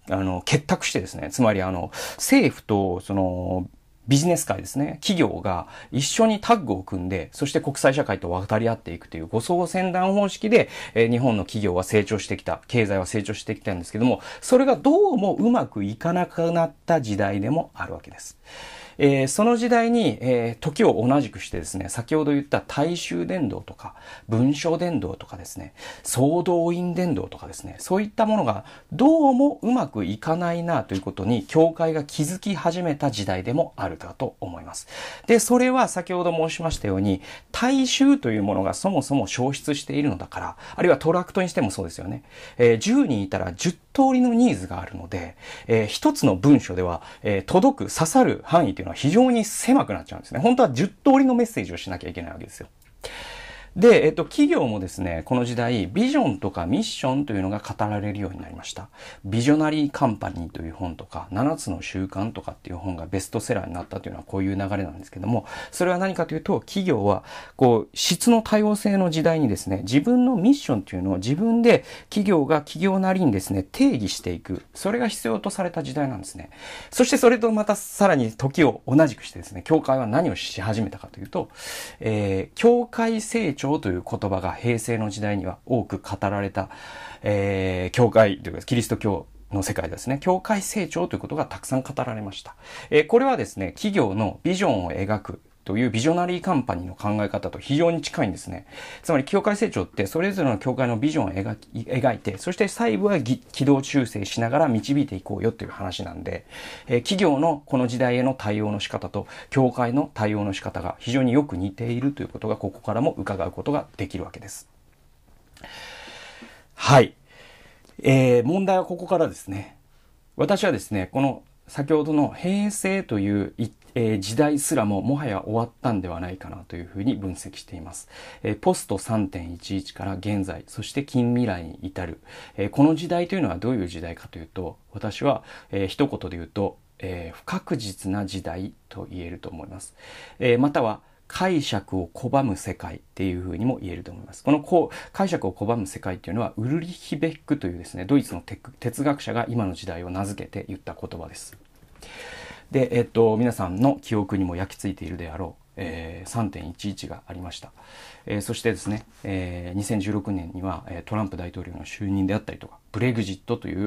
結託してですね、つまり政府とビジネス界ですね、企業が一緒にタッグを組んで、そして国際社会と渡り合っていくという護送船団方式で、日本の企業は成長してきた、経済は成長してきたんですけども、それがどうもうまくいかなくなった時代でもあるわけです。その時代に、時を同じくしてですね、先ほど言った大衆伝道とか、文章伝道とかですね、総動員伝道とかですね、そういったものがどうもうまくいかないなということに、教会が気づき始めた時代でもあるかと思います。で、それは先ほど申しましたように、大衆というものがそもそも消失しているのだから、あるいはトラクトにしてもそうですよね。10人いたら10通りのニーズがあるので、一つの文章では、届く、刺さる範囲というのは非常に狭くなっちゃうんですね。本当は10通りのメッセージをしなきゃいけないわけですよ。で、企業もですね、この時代、ビジョンとかミッションというのが語られるようになりました。ビジョナリーカンパニーという本とか、7つの習慣とかっていう本がベストセラーになったというのはこういう流れなんですけども、それは何かというと、企業は、質の多様性の時代にですね、自分のミッションというのを自分で企業が企業なりにですね、定義していく。それが必要とされた時代なんですね。そしてそれとまたさらに時を同じくしてですね、教会は何をし始めたかというと、教会成長という言葉が平成の時代には多く語られた、教会というかキリスト教の世界ですね。教会成長ということがたくさん語られました。これはですね、企業のビジョンを描くというビジョナリーカンパニーの考え方と非常に近いんですね。つまり、教会成長ってそれぞれの教会のビジョンを描いて、そして細部は軌道修正しながら導いていこうよという話なんで、企業のこの時代への対応の仕方と教会の対応の仕方が非常によく似ているということがここからも伺うことができるわけです。はい。問題はここからですね。私はですね、この先ほどの平成という時代すらももはや終わったんではないかなというふうに分析しています。ポスト 3.11 から現在、そして近未来に至る。この時代というのはどういう時代かというと、私は、一言で言うと、不確実な時代と言えると思います。または解釈を拒む世界っていうふうにも言えると思います。この解釈を拒む世界っていうのはウルリヒベックというですね、ドイツの哲学者が今の時代を名付けて言った言葉です。で、皆さんの記憶にも焼き付いているであろう、3.11 がありました。そしてですね、2016年にはトランプ大統領の就任であったりとか、ブレグジットという、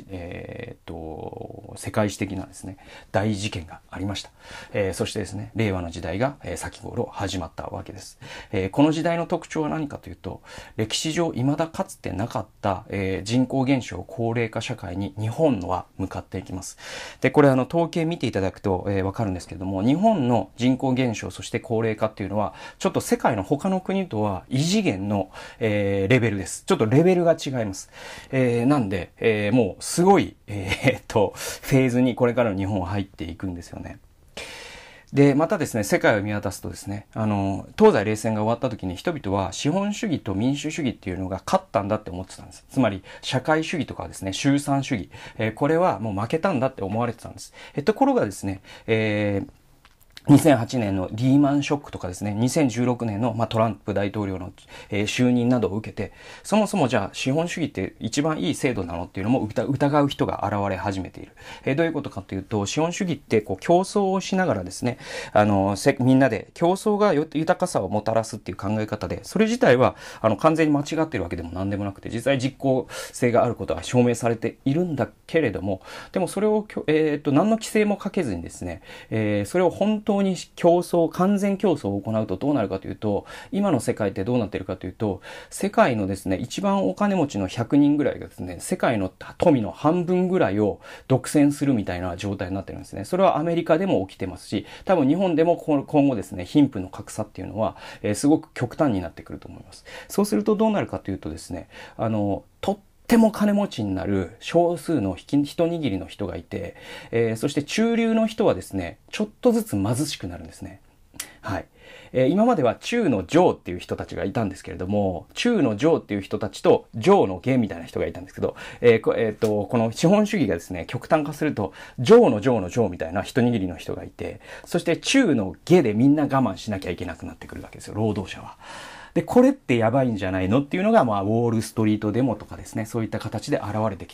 世界史的なですね、大事件がありました。そしてですね、令和の時代が、先頃始まったわけです。この時代の特徴は何かというと、歴史上未だかつてなかった、人口減少高齢化社会に日本は向かっていきます。で、これ統計見ていただくと、わかるんですけれども、日本の人口減少そして高齢化っていうのは、ちょっと世界の他の国とは異次元の、レベルです。ちょっとレベルが違います。なんで、もうすごい、フェーズにこれからの日本は入っていくんですよね。で、またですね、世界を見渡すとですね、東西冷戦が終わった時に人々は資本主義と民主主義っていうのが勝ったんだって思ってたんです。つまり、社会主義とかですね、集産主義、これはもう負けたんだって思われてたんです。ところがですね、2008年のリーマンショックとかですね、2016年の、トランプ大統領の、就任などを受けて、そもそもじゃあ資本主義って一番いい制度なのっていうのも疑う人が現れ始めている。どういうことかというと、資本主義って競争をしながらですね、みんなで競争が豊かさをもたらすっていう考え方で、それ自体は完全に間違っているわけでも何でもなくて、実際実効性があることは証明されているんだけれども、でもそれを、何の規制もかけずにですね、それを本当に完全競争を行うとどうなるかというと、今の世界ってどうなっているかというと、世界のですね、一番お金持ちの100人ぐらいがですね、世界の富の半分ぐらいを独占するみたいな状態になってるんですね。それはアメリカでも起きてますし、多分日本でも今後ですね、貧富の格差っていうのは、すごく極端になってくると思います。そうするとどうなるかというとですね、とっても金持ちになる少数の一握りの人がいて、そして中流の人はですね、ちょっとずつ貧しくなるんですね。はい。今までは中の上っていう人たちがいたんですけれども、中の上っていう人たちと上の下みたいな人がいたんですけど、この資本主義がですね、極端化すると、上の上の上みたいな一握りの人がいて、そして中の下でみんな我慢しなきゃいけなくなってくるわけですよ、労働者は。で、これってやばいんじゃないのっていうのが、ウォールストリートデモとかですね、そういった形で現れてきている。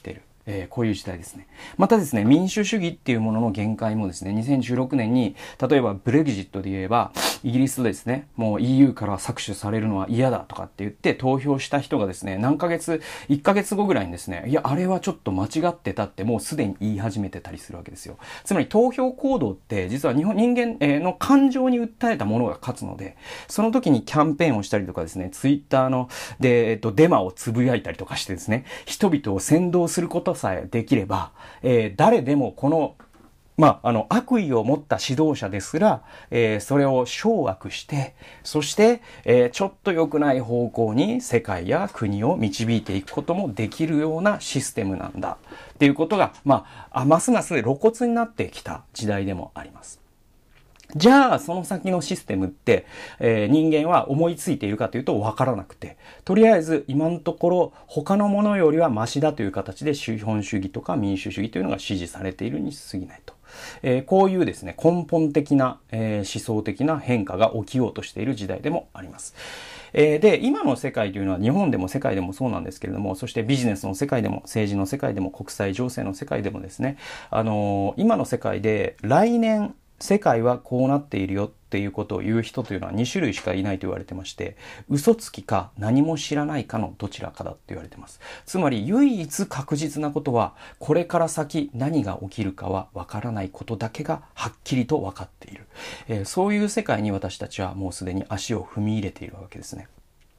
こういう時代ですね。またですね、民主主義っていうものの限界もですね、2016年に、例えばブレグジットで言えば、イギリスですね、もう EU から搾取されるのは嫌だとかって言って投票した人がですね、1ヶ月後ぐらいにですね、いや、あれはちょっと間違ってたってもうすでに言い始めてたりするわけですよ。つまり投票行動って実は人間の感情に訴えたものが勝つので、その時にキャンペーンをしたりとかですね、ツイッターで、デマをつぶやいたりとかしてですね、人々を扇動することさえできれば、誰でもこの悪意を持った指導者ですら、それを掌握して、そして、ちょっと良くない方向に世界や国を導いていくこともできるようなシステムなんだっていうことが、ますます露骨になってきた時代でもあります。じゃあ、その先のシステムって、人間は思いついているかというと分からなくて、とりあえず今のところ他のものよりはマシだという形で資本主義とか民主主義というのが支持されているに過ぎないと。こういうですね、根本的な、思想的な変化が起きようとしている時代でもあります。で、今の世界というのは日本でも世界でもそうなんですけれども、そしてビジネスの世界でも政治の世界でも国際情勢の世界でもですね、今の世界で来年世界はこうなっているよっていうことを言う人というのは2種類しかいないと言われてまして、嘘つきか何も知らないかのどちらかだって言われてます。つまり唯一確実なことは、これから先何が起きるかはわからないことだけがはっきりと分かっている。そういう世界に私たちはもうすでに足を踏み入れているわけですね。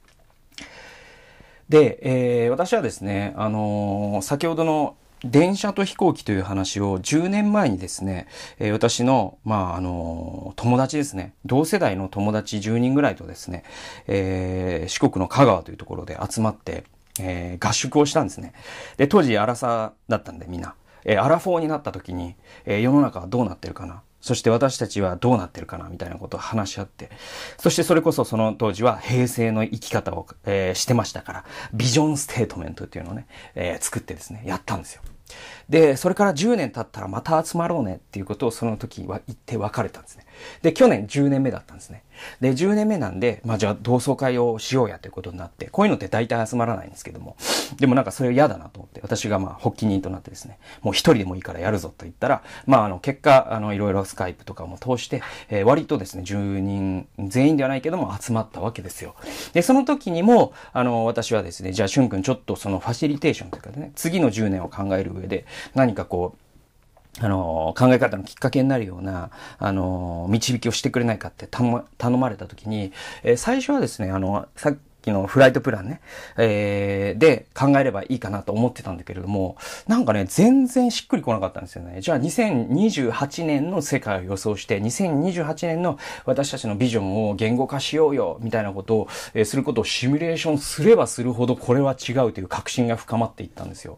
で、私はですね、先ほどの電車と飛行機という話を10年前にですね、私の、友達ですね、同世代の友達10人ぐらいとですね、四国の香川というところで集まって、合宿をしたんですね。で、当時アラサーだったんでみんな、アラフォーになった時に、世の中はどうなってるかな、そして私たちはどうなってるかなみたいなことを話し合って、そしてそれこそその当時は平成の生き方を、してましたから、ビジョンステートメントっていうのをね、作ってですね、やったんですよ。で、それから10年経ったらまた集まろうねっていうことをその時は言って別れたんですね。で、去年10年目だったんですね。で、10年目なんで、じゃあ同窓会をしようやということになって、こういうのって大体集まらないんですけども、でもなんかそれ嫌だなと思って、私が発起人となってですね、もう一人でもいいからやるぞと言ったら、結果、いろいろスカイプとかも通して、割とですね、10人全員ではないけども集まったわけですよ。で、その時にも、私はですね、じゃあ、しゅんくんちょっとそのファシリテーションというかね、次の10年を考える上で、何かこう、考え方のきっかけになるような、導きをしてくれないかって頼まれたときに、最初はですね、さっきのフライトプランね、で考えればいいかなと思ってたんだけれども、なんかね、全然しっくりこなかったんですよね。じゃあ2028年の世界を予想して、2028年の私たちのビジョンを言語化しようよ、みたいなことを、することをシミュレーションすればするほど、これは違うという確信が深まっていったんですよ。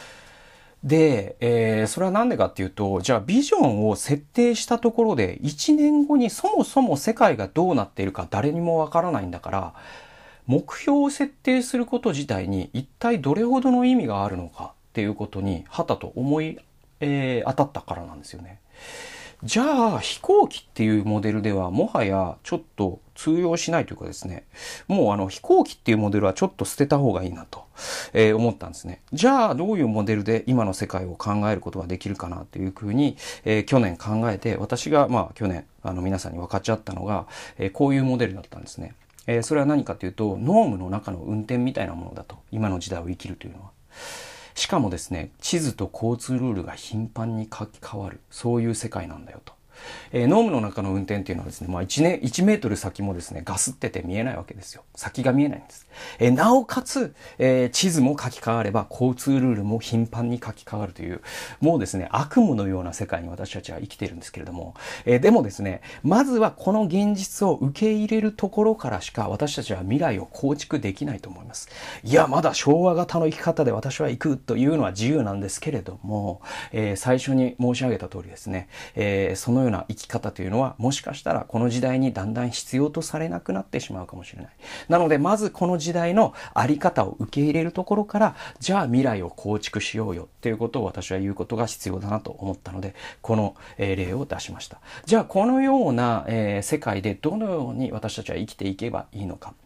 で、それはなんでかっていうと、じゃあビジョンを設定したところで1年後にそもそも世界がどうなっているか誰にもわからないんだから、目標を設定すること自体に一体どれほどの意味があるのかっていうことにはたと思い、当たったからなんですよね。じゃあ飛行機っていうモデルではもはやちょっと通用しないというかですね、もう飛行機っていうモデルはちょっと捨てた方がいいなと、思ったんですね。じゃあどういうモデルで今の世界を考えることができるかなというふうに、去年考えて、私が去年皆さんに分かっちゃったのが、こういうモデルだったんですね。それは何かというと、ノームの中の運転みたいなものだと、今の時代を生きるというのは。しかもですね、地図と交通ルールが頻繁に書き換わる、そういう世界なんだよと。ノームの中の運転っていうのはですね、1メートル先もですね、ガスってて見えないわけですよ。先が見えないんです。なおかつ、地図も書き換われば、交通ルールも頻繁に書き換わるという、もうですね、悪夢のような世界に私たちは生きているんですけれども、でもですね、まずはこの現実を受け入れるところからしか、私たちは未来を構築できないと思います。いや、まだ昭和型の生き方で私は行くというのは自由なんですけれども、最初に申し上げた通りですね、そのような生き方というのはもしかしたらこの時代にだんだん必要とされなくなってしまうかもしれない。なのでまずこの時代のあり方を受け入れるところから、じゃあ未来を構築しようよっていうことを私は言うことが必要だなと思ったので、この例を出しました。じゃあこのような世界でどのように私たちは生きていけばいいのか。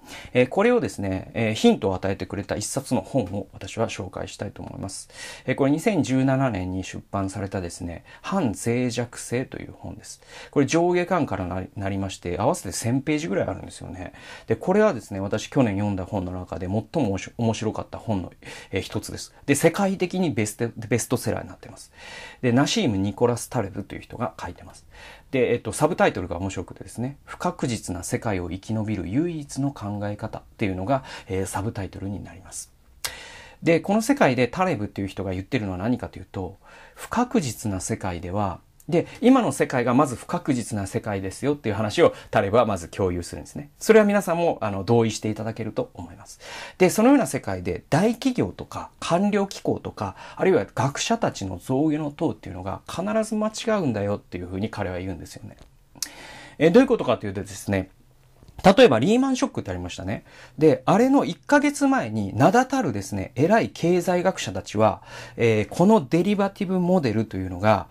これをですね、ヒントを与えてくれた一冊の本を私は紹介したいと思います。これ2017年に出版されたですね、反脆弱性という本です。これ上下巻からなりまして、合わせて1000ページぐらいあるんですよね。で、これはですね、私去年読んだ本の中で最も面白かった本の一つです。で、世界的にベストセラーになっています。で、ナシーム・ニコラス・タレブという人が書いてます。で、サブタイトルが面白くてですね、不確実な世界を生き延びる唯一の考え方っていうのが、サブタイトルになります。で、この世界でタレブっていう人が言ってるのは何かというと、不確実な世界では、で、今の世界がまず不確実な世界ですよっていう話をタレブはまず共有するんですね。それは皆さんも同意していただけると思います。で、そのような世界で大企業とか官僚機構とか、あるいは学者たちの象牙の塔っていうのが必ず間違うんだよっていうふうに彼は言うんですよね。どういうことかというとですね、例えばリーマンショックってありましたね。で、あれの1ヶ月前に名だたるですね、偉い経済学者たちは、このデリバティブモデルというのが、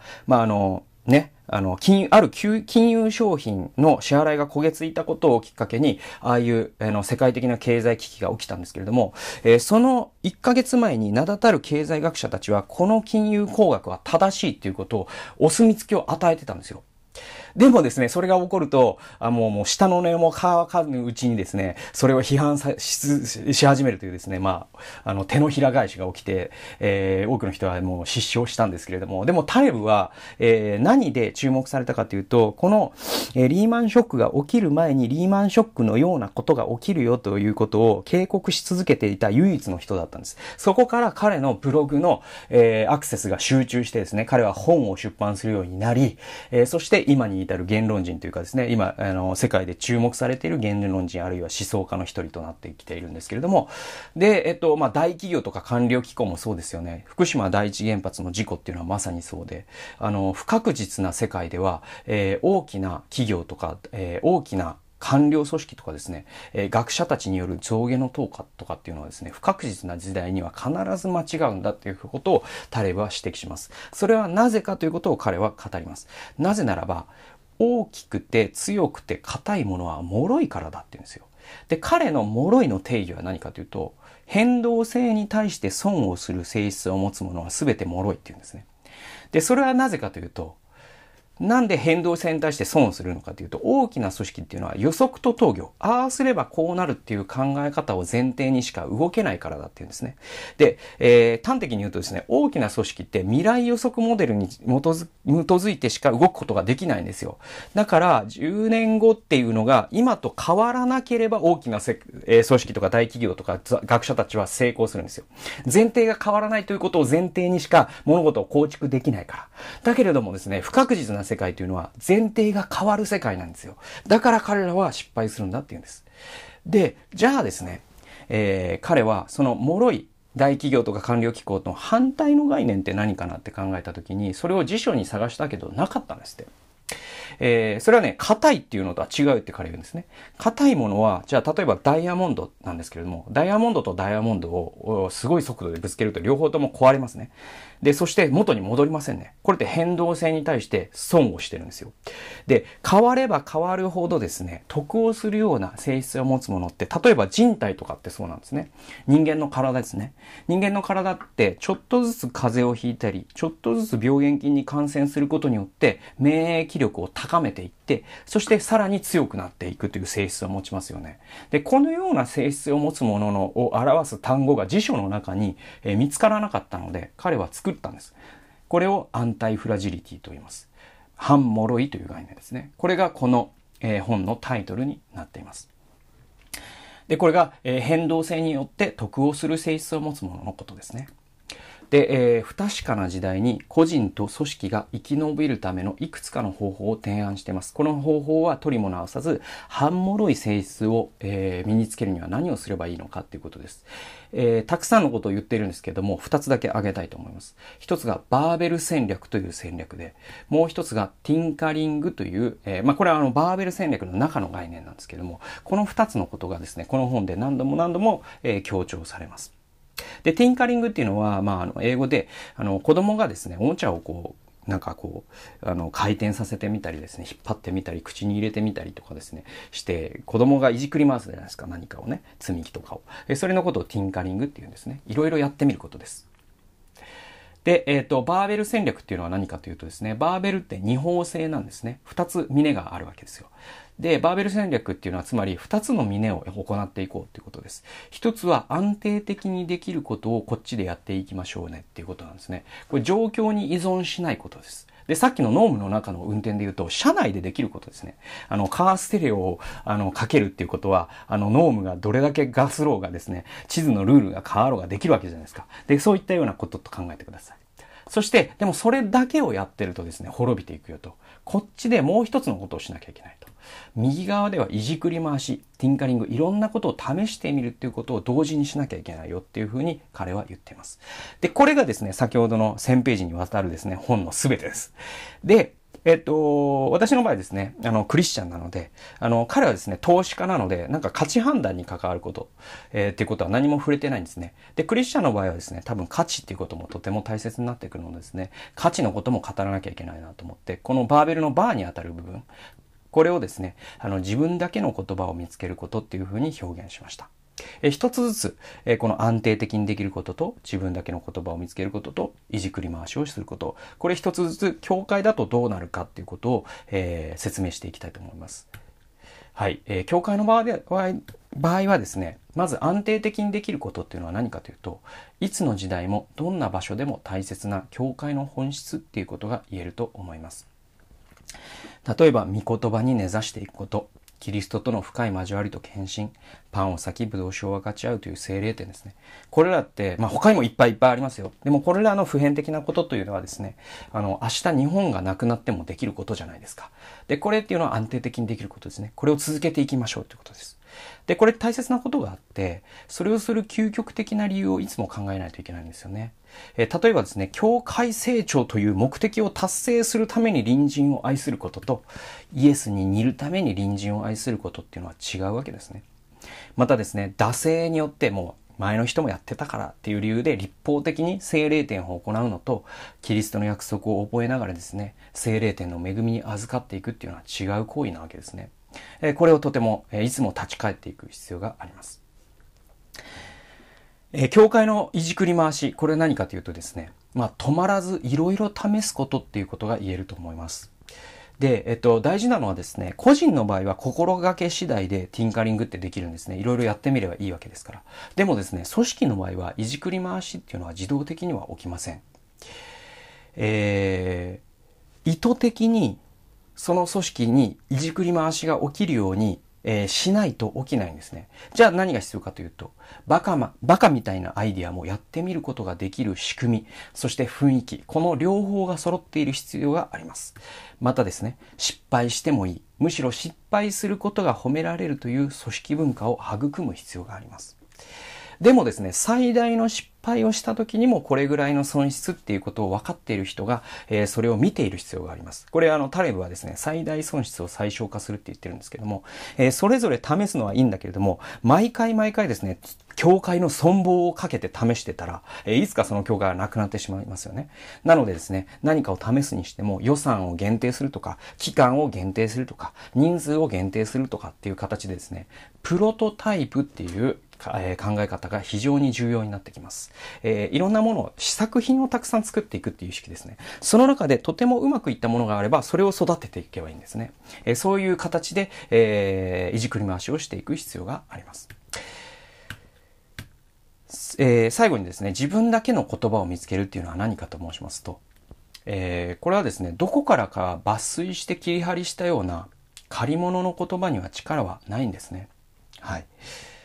ある金融商品の支払いが焦げついたことをきっかけに、ああいう世界的な経済危機が起きたんですけれども、その1ヶ月前に名だたる経済学者たちは、この金融工学は正しいということをお墨付きを与えてたんですよ。でもですね、それが起こると、もう下の根も乾かぬうちにですね、それを批判し始めるというですね、手のひら返しが起きて、多くの人はもう失笑したんですけれども、でもタレブは、何で注目されたかというと、この、リーマンショックが起きる前にリーマンショックのようなことが起きるよということを警告し続けていた唯一の人だったんです。そこから彼のブログの、アクセスが集中してですね、彼は本を出版するようになり、そして今に至る言論人というかですね、今、世界で注目されている言論人あるいは思想家の一人となってきているんですけれども、で、大企業とか官僚機構もそうですよね。福島第一原発の事故っていうのはまさにそうで、不確実な世界では、大きな企業とか、大きな官僚組織とかですね、学者たちによる象牙の塔とかっていうのはですね、不確実な時代には必ず間違うんだっていうことをタレブは指摘します。それはなぜかということを彼は語ります。なぜならば、大きくて強くて硬いものは脆いからだって言うんですよ。で、彼の脆いの定義は何かというと、変動性に対して損をする性質を持つものは全て脆いって言うんですね。で、それはなぜかというと、なんで変動性に対して損をするのかというと、大きな組織っていうのは予測と投与。ああすればこうなるっていう考え方を前提にしか動けないからだっていうんですね。で、端的に言うとですね、大きな組織って未来予測モデルに基づいてしか動くことができないんですよ。だから、10年後っていうのが今と変わらなければ大きな組織とか大企業とか学者たちは成功するんですよ。前提が変わらないということを前提にしか物事を構築できないから。だけれどもですね、不確実な世界というのは前提が変わる世界なんですよ。だから彼らは失敗するんだっていうんです。で、じゃあですね、彼はその脆い大企業とか官僚機構と反対の概念って何かなって考えたときに、それを辞書に探したけどなかったんですって。それはね、硬いっていうのとは違うって彼は言うんですね。硬いものは、じゃあ例えばダイヤモンドなんですけれども、ダイヤモンドとダイヤモンドをすごい速度でぶつけると両方とも壊れますね。で、そして元に戻りませんね。これって変動性に対して損をしてるんですよ。で、変われば変わるほどですね、得をするような性質を持つものって、例えば人体とかってそうなんですね。人間の体ですね。人間の体ってちょっとずつ風邪をひいたり、ちょっとずつ病原菌に感染することによって免疫力を高めていって、そしてさらに強くなっていくという性質を持ちますよね。で、このような性質を持つものを表す単語が辞書の中に見つからなかったので、彼は作ったんです。これをアンタイフラジリティと言います。反脆いという概念ですね。これがこの本のタイトルになっています。で、これが変動性によって得をする性質を持つもののことですね。で、不確かな時代に個人と組織が生き延びるためのいくつかの方法を提案しています。この方法は取りも直さず、反脆い性質を、身につけるには何をすればいいのかということです。たくさんのことを言っているんですけれども、2つだけ挙げたいと思います。1つがバーベル戦略という戦略で、もう1つがティンカリングという、これはバーベル戦略の中の概念なんですけれども、この2つのことがですね、この本で何度も強調されます。で、ティンカリングっていうのは、英語で、子供がですね、おもちゃをなんかこう、回転させてみたりですね、引っ張ってみたり、口に入れてみたりとかですね、して、子供がいじくり回すじゃないですか、何かをね、積み木とかを。それのことをティンカリングっていうんですね。いろいろやってみることです。で、バーベル戦略っていうのは何かというとですね、バーベルって二方性なんですね。二つ峰があるわけですよ。で、バーベル戦略っていうのはつまり二つの峰を行っていこうということです。一つは安定的にできることをこっちでやっていきましょうねっていうことなんですね。これ状況に依存しないことです。で、さっきのノームの中の運転で言うと、車内でできることですね。カーステレオを、かけるっていうことは、ノームがどれだけガスローがですね、地図のルールが変わろうができるわけじゃないですか。で、そういったようなことと考えてください。そして、でもそれだけをやってるとですね、滅びていくよと。こっちでもう一つのことをしなきゃいけないと。右側ではいじくり回し、ティンカリング、いろんなことを試してみるっていうことを同時にしなきゃいけないよっていうふうに彼は言っています。で、これがですね、先ほどの1000ページにわたるですね、本のすべてです。で、私の場合ですね、クリスチャンなので、彼はですね、投資家なので、なんか価値判断に関わること、っていうことは何も触れてないんですね。で、クリスチャンの場合はですね、多分価値っていうこともとても大切になってくるのでですね、価値のことも語らなきゃいけないなと思って、このバーベルのバーにあたる部分、これをですね、自分だけの言葉を見つけることっていうふうに表現しました。一つずつ、この安定的にできることと自分だけの言葉を見つけることといじくり回しをすること、これ一つずつ教会だとどうなるかっていうことを、説明していきたいと思います。はい、教会の場合はですね、まず安定的にできることっていうのは何かというと、いつの時代もどんな場所でも大切な教会の本質っていうことが言えると思います。例えば御言葉に根ざしていくこと、キリストとの深い交わりと献身、パンを裂きブドウ酒を分かち合うという聖霊点ですね。これらって、他にもいっぱいありますよ。でもこれらの普遍的なことというのはですね、明日日本がなくなってもできることじゃないですか。で、これっていうのは安定的にできることですね。これを続けていきましょうということです。で、これ大切なことがあって、それをする究極的な理由をいつも考えないといけないんですよね。例えばですね、教会成長という目的を達成するために隣人を愛することと、イエスに似るために隣人を愛することっていうのは違うわけですね。またですね、惰性によってもう前の人もやってたからっていう理由で立法的に聖霊点を行うのと、キリストの約束を覚えながらですね、聖霊点の恵みに預かっていくっていうのは違う行為なわけですね。これをとてもいつも立ち返っていく必要があります。教会のいじくり回し、これ何かというとですね、止まらずいろいろ試すことっていうことが言えると思います。で、大事なのはですね、個人の場合は心がけ次第でティンカリングってできるんですね。いろいろやってみればいいわけですから。でもですね、組織の場合はいじくり回しっていうのは自動的には起きません。意図的にその組織にいじくり回しが起きるようにしないと起きないんですね。じゃあ何が必要かというと、バカみたいなアイディアもやってみることができる仕組み、そして雰囲気、この両方が揃っている必要があります。またですね、失敗してもいい、むしろ失敗することが褒められるという組織文化を育む必要があります。でもですね、最大の失敗をした時にもこれぐらいの損失っていうことを分かっている人が、それを見ている必要があります。これタレブはですね、最大損失を最小化するって言ってるんですけども、それぞれ試すのはいいんだけれども、毎回ですね、教会の存亡をかけて試してたら、いつかその教会はなくなってしまいますよね。なのでですね、何かを試すにしても予算を限定するとか、期間を限定するとか、人数を限定するとかっていう形でですね、プロトタイプっていう考え方が非常に重要になってきます。いろんなものを、試作品をたくさん作っていくっていう意識ですね。その中でとてもうまくいったものがあれば、それを育てていけばいいんですね。そういう形で、いじくり回しをしていく必要があります。最後にですね、自分だけの言葉を見つけるっていうのは何かと申しますと、これはですね、どこからか抜粋して切り張りしたような借り物の言葉には力はないんですね。はい。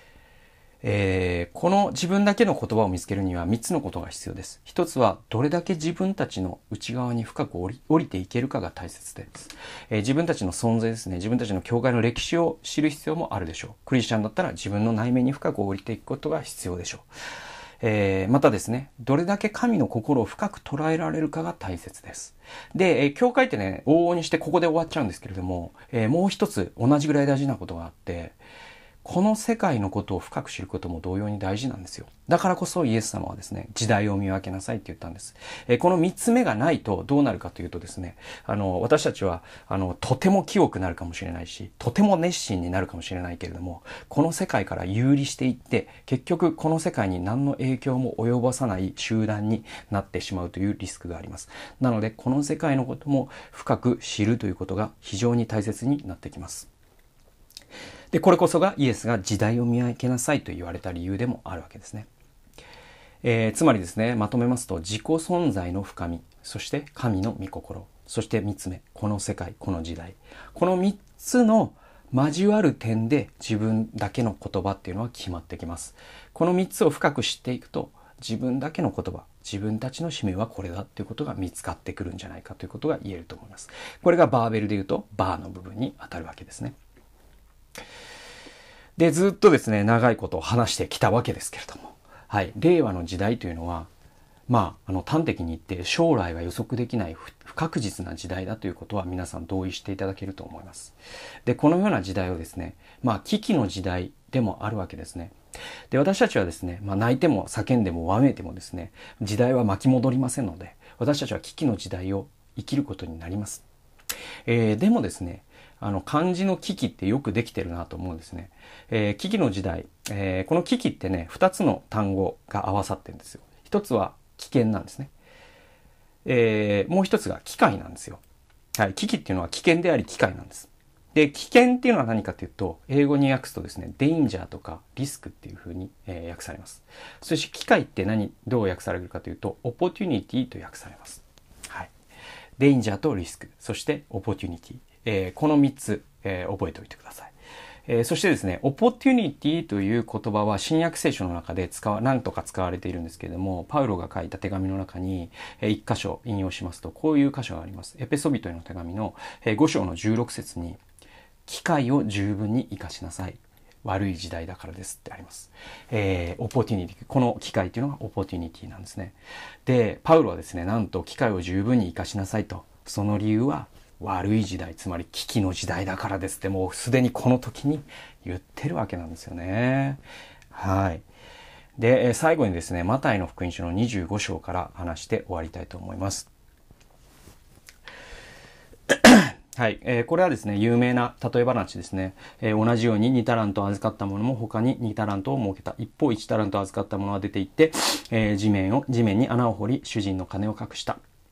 この自分だけの言葉を見つけるには3つのことが必要です。一つはどれだけ自分たちの内側に深く降りていけるかが大切です。自分たちの存在ですね、自分たちの教会の歴史を知る必要もあるでしょう。クリスチャンだったら自分の内面に深く降りていくことが必要でしょう。またですね、どれだけ神の心を深く捉えられるかが大切です。で、教会ってね、往々にしてここで終わっちゃうんですけれども、もう一つ同じぐらい大事なことがあって、 この世界のことを深く知ることも同様に大事なんですよ。だからこそイエス様はですね、時代を見分けなさいって言ったんです。この3つ目がないとどうなるかというとですね、私たちはとても清くなるかもしれないし、とても熱心になるかもしれないけれども、この世界から遊離していって、結局この世界に何の影響も及ぼさない集団になってしまうというリスクがあります。なのでこの世界のことも深く知るということが非常に大切になってきます。で、これこそがイエスが時代を見分けなさいと言われた理由でもあるわけですね。つまりですね、まとめますと、自己存在の深み、そして神の御心、そして3つ目、この世界、この時代。この3つの交わる点で自分だけの言葉っていうのは決まってきます。この3つを深く知っていくと、自分だけの言葉、自分たちの使命はこれだっていうことが見つかってくるんじゃないかということが言えると思います。これがバーベルで言うと、バーの部分に当たるわけですね。で、ずっとですね、長いことを話してきたわけですけれども、はい、令和の時代というのは、端的に言って将来が予測できない不確実な時代だということは皆さん同意していただけると思います。で、このような時代をですね、危機の時代でもあるわけですね。で、私たちはですね、泣いても叫んでもわめいてもですね、時代は巻き戻りませんので、私たちは危機の時代を生きることになります。でもですね、漢字の危機ってよくできてるなと思うんですね。危機の時代、この危機ってね、2つの単語が合わさってるんですよ。一つは危険なんですね。もう一つが機会なんですよ。はい、危機っていうのは危険であり機会なんです。で、危険っていうのは何かというと、英語に訳すとですね、danger とかリスクっていう風に、訳されます。そして機会ってどう訳されるかというと、opportunity と訳されます。はい。danger とリスク、そして opportunity。この3つ、覚えておいてください。そしてですね、opportunity という言葉は新約聖書の中で何とか使われているんですけれども、パウロが書いた手紙の中に1箇所引用しますと、こういう箇所があります。エペソビトへの手紙の5章の16節に、機会を十分に生かしなさい。悪い時代だからですってあります。opportunity。この機会というのが opportunity なんですね。で、パウロはですね、なんと機会を十分に生かしなさいと。その理由は、悪い時代、つまり危機の時代だからですってもうすでにこの時に言ってるわけなんですよね。はい。で、最後にですね、マタイの福音書の25章から話して終わりたいと思います。はい、これはですね、有名な例え話ですね。同じように2タラントを預かった者も他に2タラントを設けた。一方1タラントを預かった者は出て行って、地面に穴を掘り、主人の金を隠した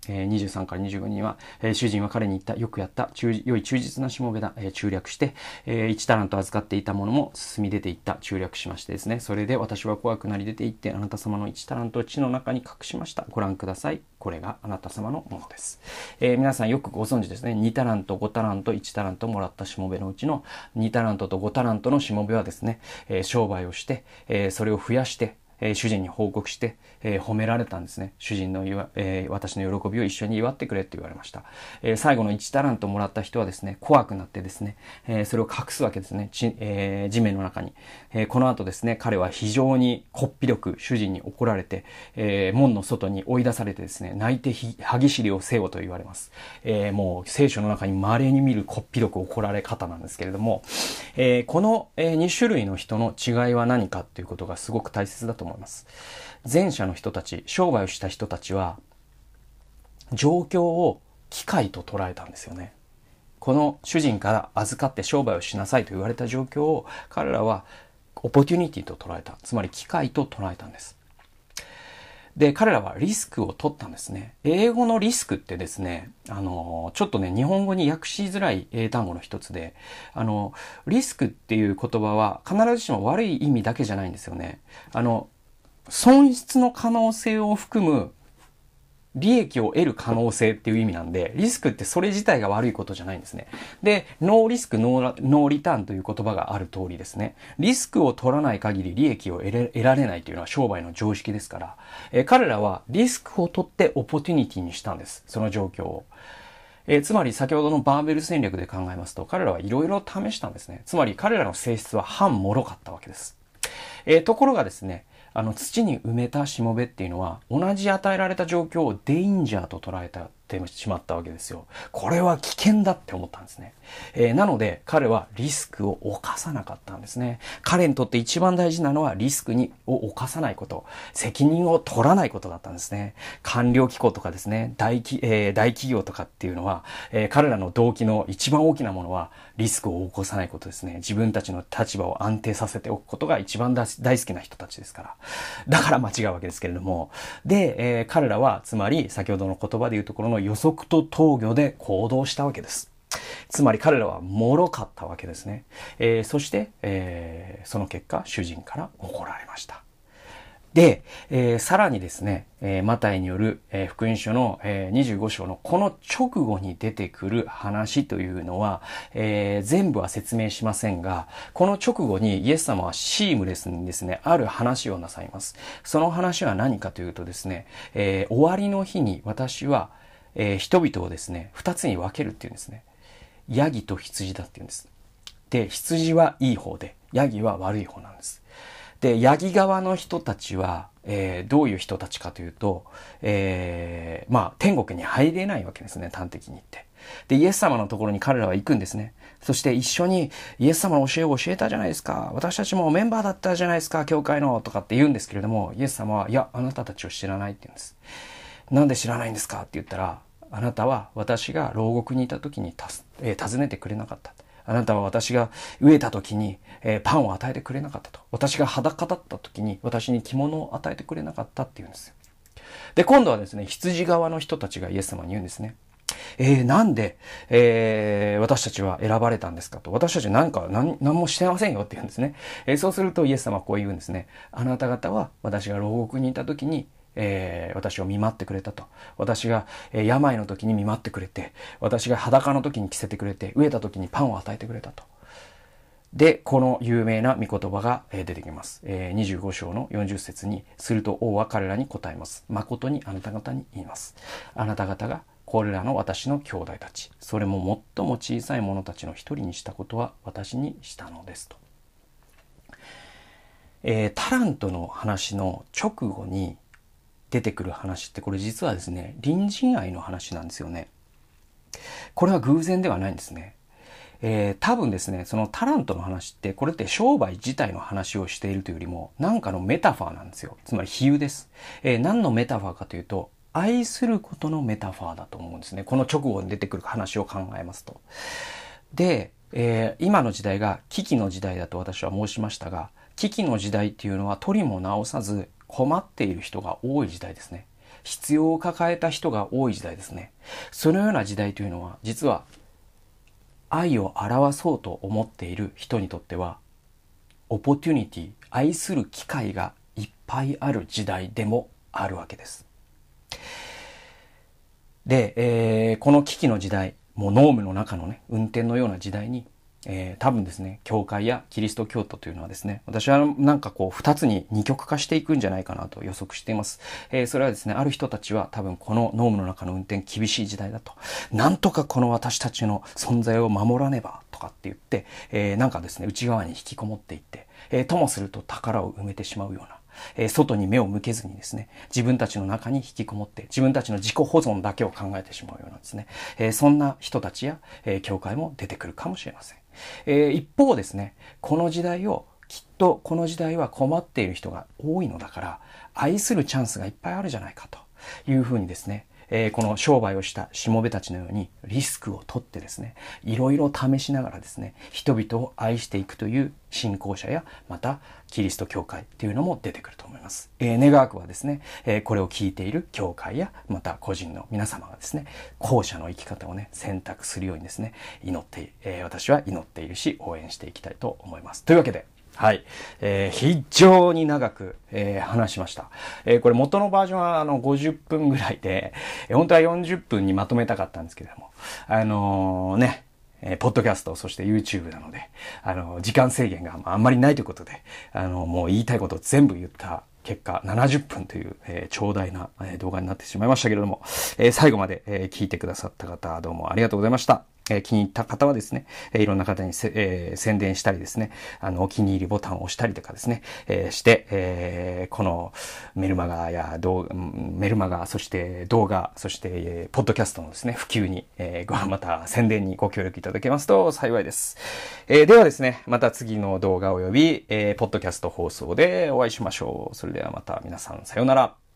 。23から25には、主人は彼に言った。よくやった。良い忠実なしもべだ。中略して、1タラント預かっていた者も進み出ていった。中略しましてですね。それで私は怖くなり出て行って、あなた様の1タラントを地の中に隠しました。ご覧ください。これがあなた様のものです。皆さんよくご存知ですね。2タラント、5タラント、1タラントもらったしもべのうちの2タラントと5タラントのしもべはですね、商売をして、それを増やして、主人に報告して、褒められたんですね。主人の私の喜びを一緒に祝ってくれって言われました。最後の1タラントもらった人はですね、怖くなってですね、それを隠すわけですね。地面の中に。この後ですね、彼は非常にこっぴどく主人に怒られて、門の外に追い出されてですね、泣いて歯ぎしりをせよと言われます。もう聖書の中に稀に見るこっぴどく怒られ方なんですけれども、この2種類の人の違いは何かということがすごく大切だと思います。前者の人たち、商売をした人たちは、状況を機会と捉えたんですよね。この主人から預かって商売をしなさいと言われた状況を、彼らはオポチュニティと捉えた。つまり機会と捉えたんです。で、彼らはリスクを取ったんですね。英語のリスクってですね、ちょっとね、日本語に訳しづらい英単語の一つで、リスクっていう言葉は必ずしも悪い意味だけじゃないんですよね。損失の可能性を含む利益を得る可能性っていう意味なんで、リスクってそれ自体が悪いことじゃないんですね。で、ノーリスク、ノーリターンという言葉がある通りですね。リスクを取らない限り利益を得られないというのは商売の常識ですから、彼らはリスクを取ってオポチュニティにしたんです。その状況を。つまり先ほどのバーベル戦略で考えますと、彼らはいろいろ試したんですね。つまり彼らの性質は反脆かったわけです。ところがですね、土に埋めたしもべっていうのは同じ与えられた状況をデインジャーと捉えたってしまったわけですよ。これは危険だって思ったんですね。なので彼はリスクを冒さなかったんですね。彼にとって一番大事なのはリスクを冒さないこと、責任を取らないことだったんですね。官僚機構とかですね、大企業とかっていうのは、彼らの動機の一番大きなものはリスクを起こさないことですね。自分たちの立場を安定させておくことが一番大好きな人たちですから。だから間違うわけですけれども。で、彼らはつまり先ほどの言葉でいうところの予測と投与で行動したわけです。つまり彼らは脆かったわけですね。そして、その結果主人から怒られました。で、さらにですね、マタイによる、福音書の、25章のこの直後に出てくる話というのは、全部は説明しませんが、この直後にイエス様はシームレスにですね、ある話をなさいます。その話は何かというとですね、終わりの日に私は、人々をですね、二つに分けるっていうんですね。ヤギと羊だっていうんです。で、羊はいい方で、ヤギは悪い方なんです。で、ヤギ側の人たちは、どういう人たちかというと、天国に入れないわけですね、端的に言って。で、イエス様のところに彼らは行くんですね。そして一緒にイエス様の教えを教えたじゃないですか。私たちもメンバーだったじゃないですか、教会の、とかって言うんですけれども、イエス様は、いや、あなたたちを知らないって言うんです。なんで知らないんですかって言ったら、あなたは私が牢獄にいた時に尋ねてくれなかった。あなたは私が飢えた時に、パンを与えてくれなかったと。私が裸だった時に私に着物を与えてくれなかったって言うんですよ。で、今度はですね、羊側の人たちがイエス様に言うんですね。なんで、私たちは選ばれたんですかと。私たち何もしてませんよって言うんですね。そうするとイエス様はこう言うんですね。あなた方は私が牢獄にいた時に私を見舞ってくれたと。私が、病の時に見舞ってくれて、私が裸の時に着せてくれて、飢えた時にパンを与えてくれたと。で、この有名な御言葉が出てきます。25章の40節に、すると王は彼らに答えます。誠にあなた方に言います。あなた方がこれらの私の兄弟たち、それも最も小さい者たちの一人にしたことは私にしたのですと。タラントの話の直後に出てくる話ってこれ実はですね、隣人愛の話なんですよね。これは偶然ではないんですね。多分ですね、そのタラントの話ってこれって商売自体の話をしているというよりも何かのメタファーなんですよ。つまり比喩です。何のメタファーかというと、愛することのメタファーだと思うんですね。この直後に出てくる話を考えますと。で、今の時代が危機の時代だと私は申しましたが、危機の時代っていうのは取りも直さず困っている人が多い時代ですね。必要を抱えた人が多い時代ですね。そのような時代というのは実は愛を表そうと思っている人にとってはオポチュニティ、愛する機会がいっぱいある時代でもあるわけです。で、この危機の時代、もう濃霧の中のね、運転のような時代に多分ですね、教会やキリスト教徒というのはですね、私はなんかこう二つに二極化していくんじゃないかなと予測しています。それはですね、ある人たちは多分この濃霧の中の運転厳しい時代だと。なんとかこの私たちの存在を守らねばとかって言って、なんかですね、内側に引きこもっていって、ともすると宝を埋めてしまうような。外に目を向けずにですね、自分たちの中に引きこもって自分たちの自己保存だけを考えてしまうようなんですね。そんな人たちや、教会も出てくるかもしれません。一方ですね、この時代は困っている人が多いのだから愛するチャンスがいっぱいあるじゃないかというふうにですね、この商売をしたしもべたちのようにリスクを取ってですね、いろいろ試しながらですね、人々を愛していくという信仰者やまたキリスト教会っていうのも出てくると思います。願わくはですね、これを聞いている教会やまた個人の皆様がですね、後者の生き方をね選択するようにですね、私は祈っているし応援していきたいと思います。というわけではい、非常に長く、話しました。これ元のバージョンは50分ぐらいで、本当は40分にまとめたかったんですけれども、ポッドキャスト、そして YouTube なので、時間制限があんまりないということで、もう言いたいことを全部言った結果、70分という、長大な、動画になってしまいましたけれども、最後まで、聞いてくださった方、どうもありがとうございました。 気に入った方はですね、いろんな方に宣伝したりですね、お気に入りボタンを押したりとかですね、して、このメルマガ、そして動画、そして、ポッドキャストのですね、普及に、また宣伝にご協力いただけますと幸いです。ではですね、また次の動画及び、ポッドキャスト放送でお会いしましょう。それではまた皆さんさようなら。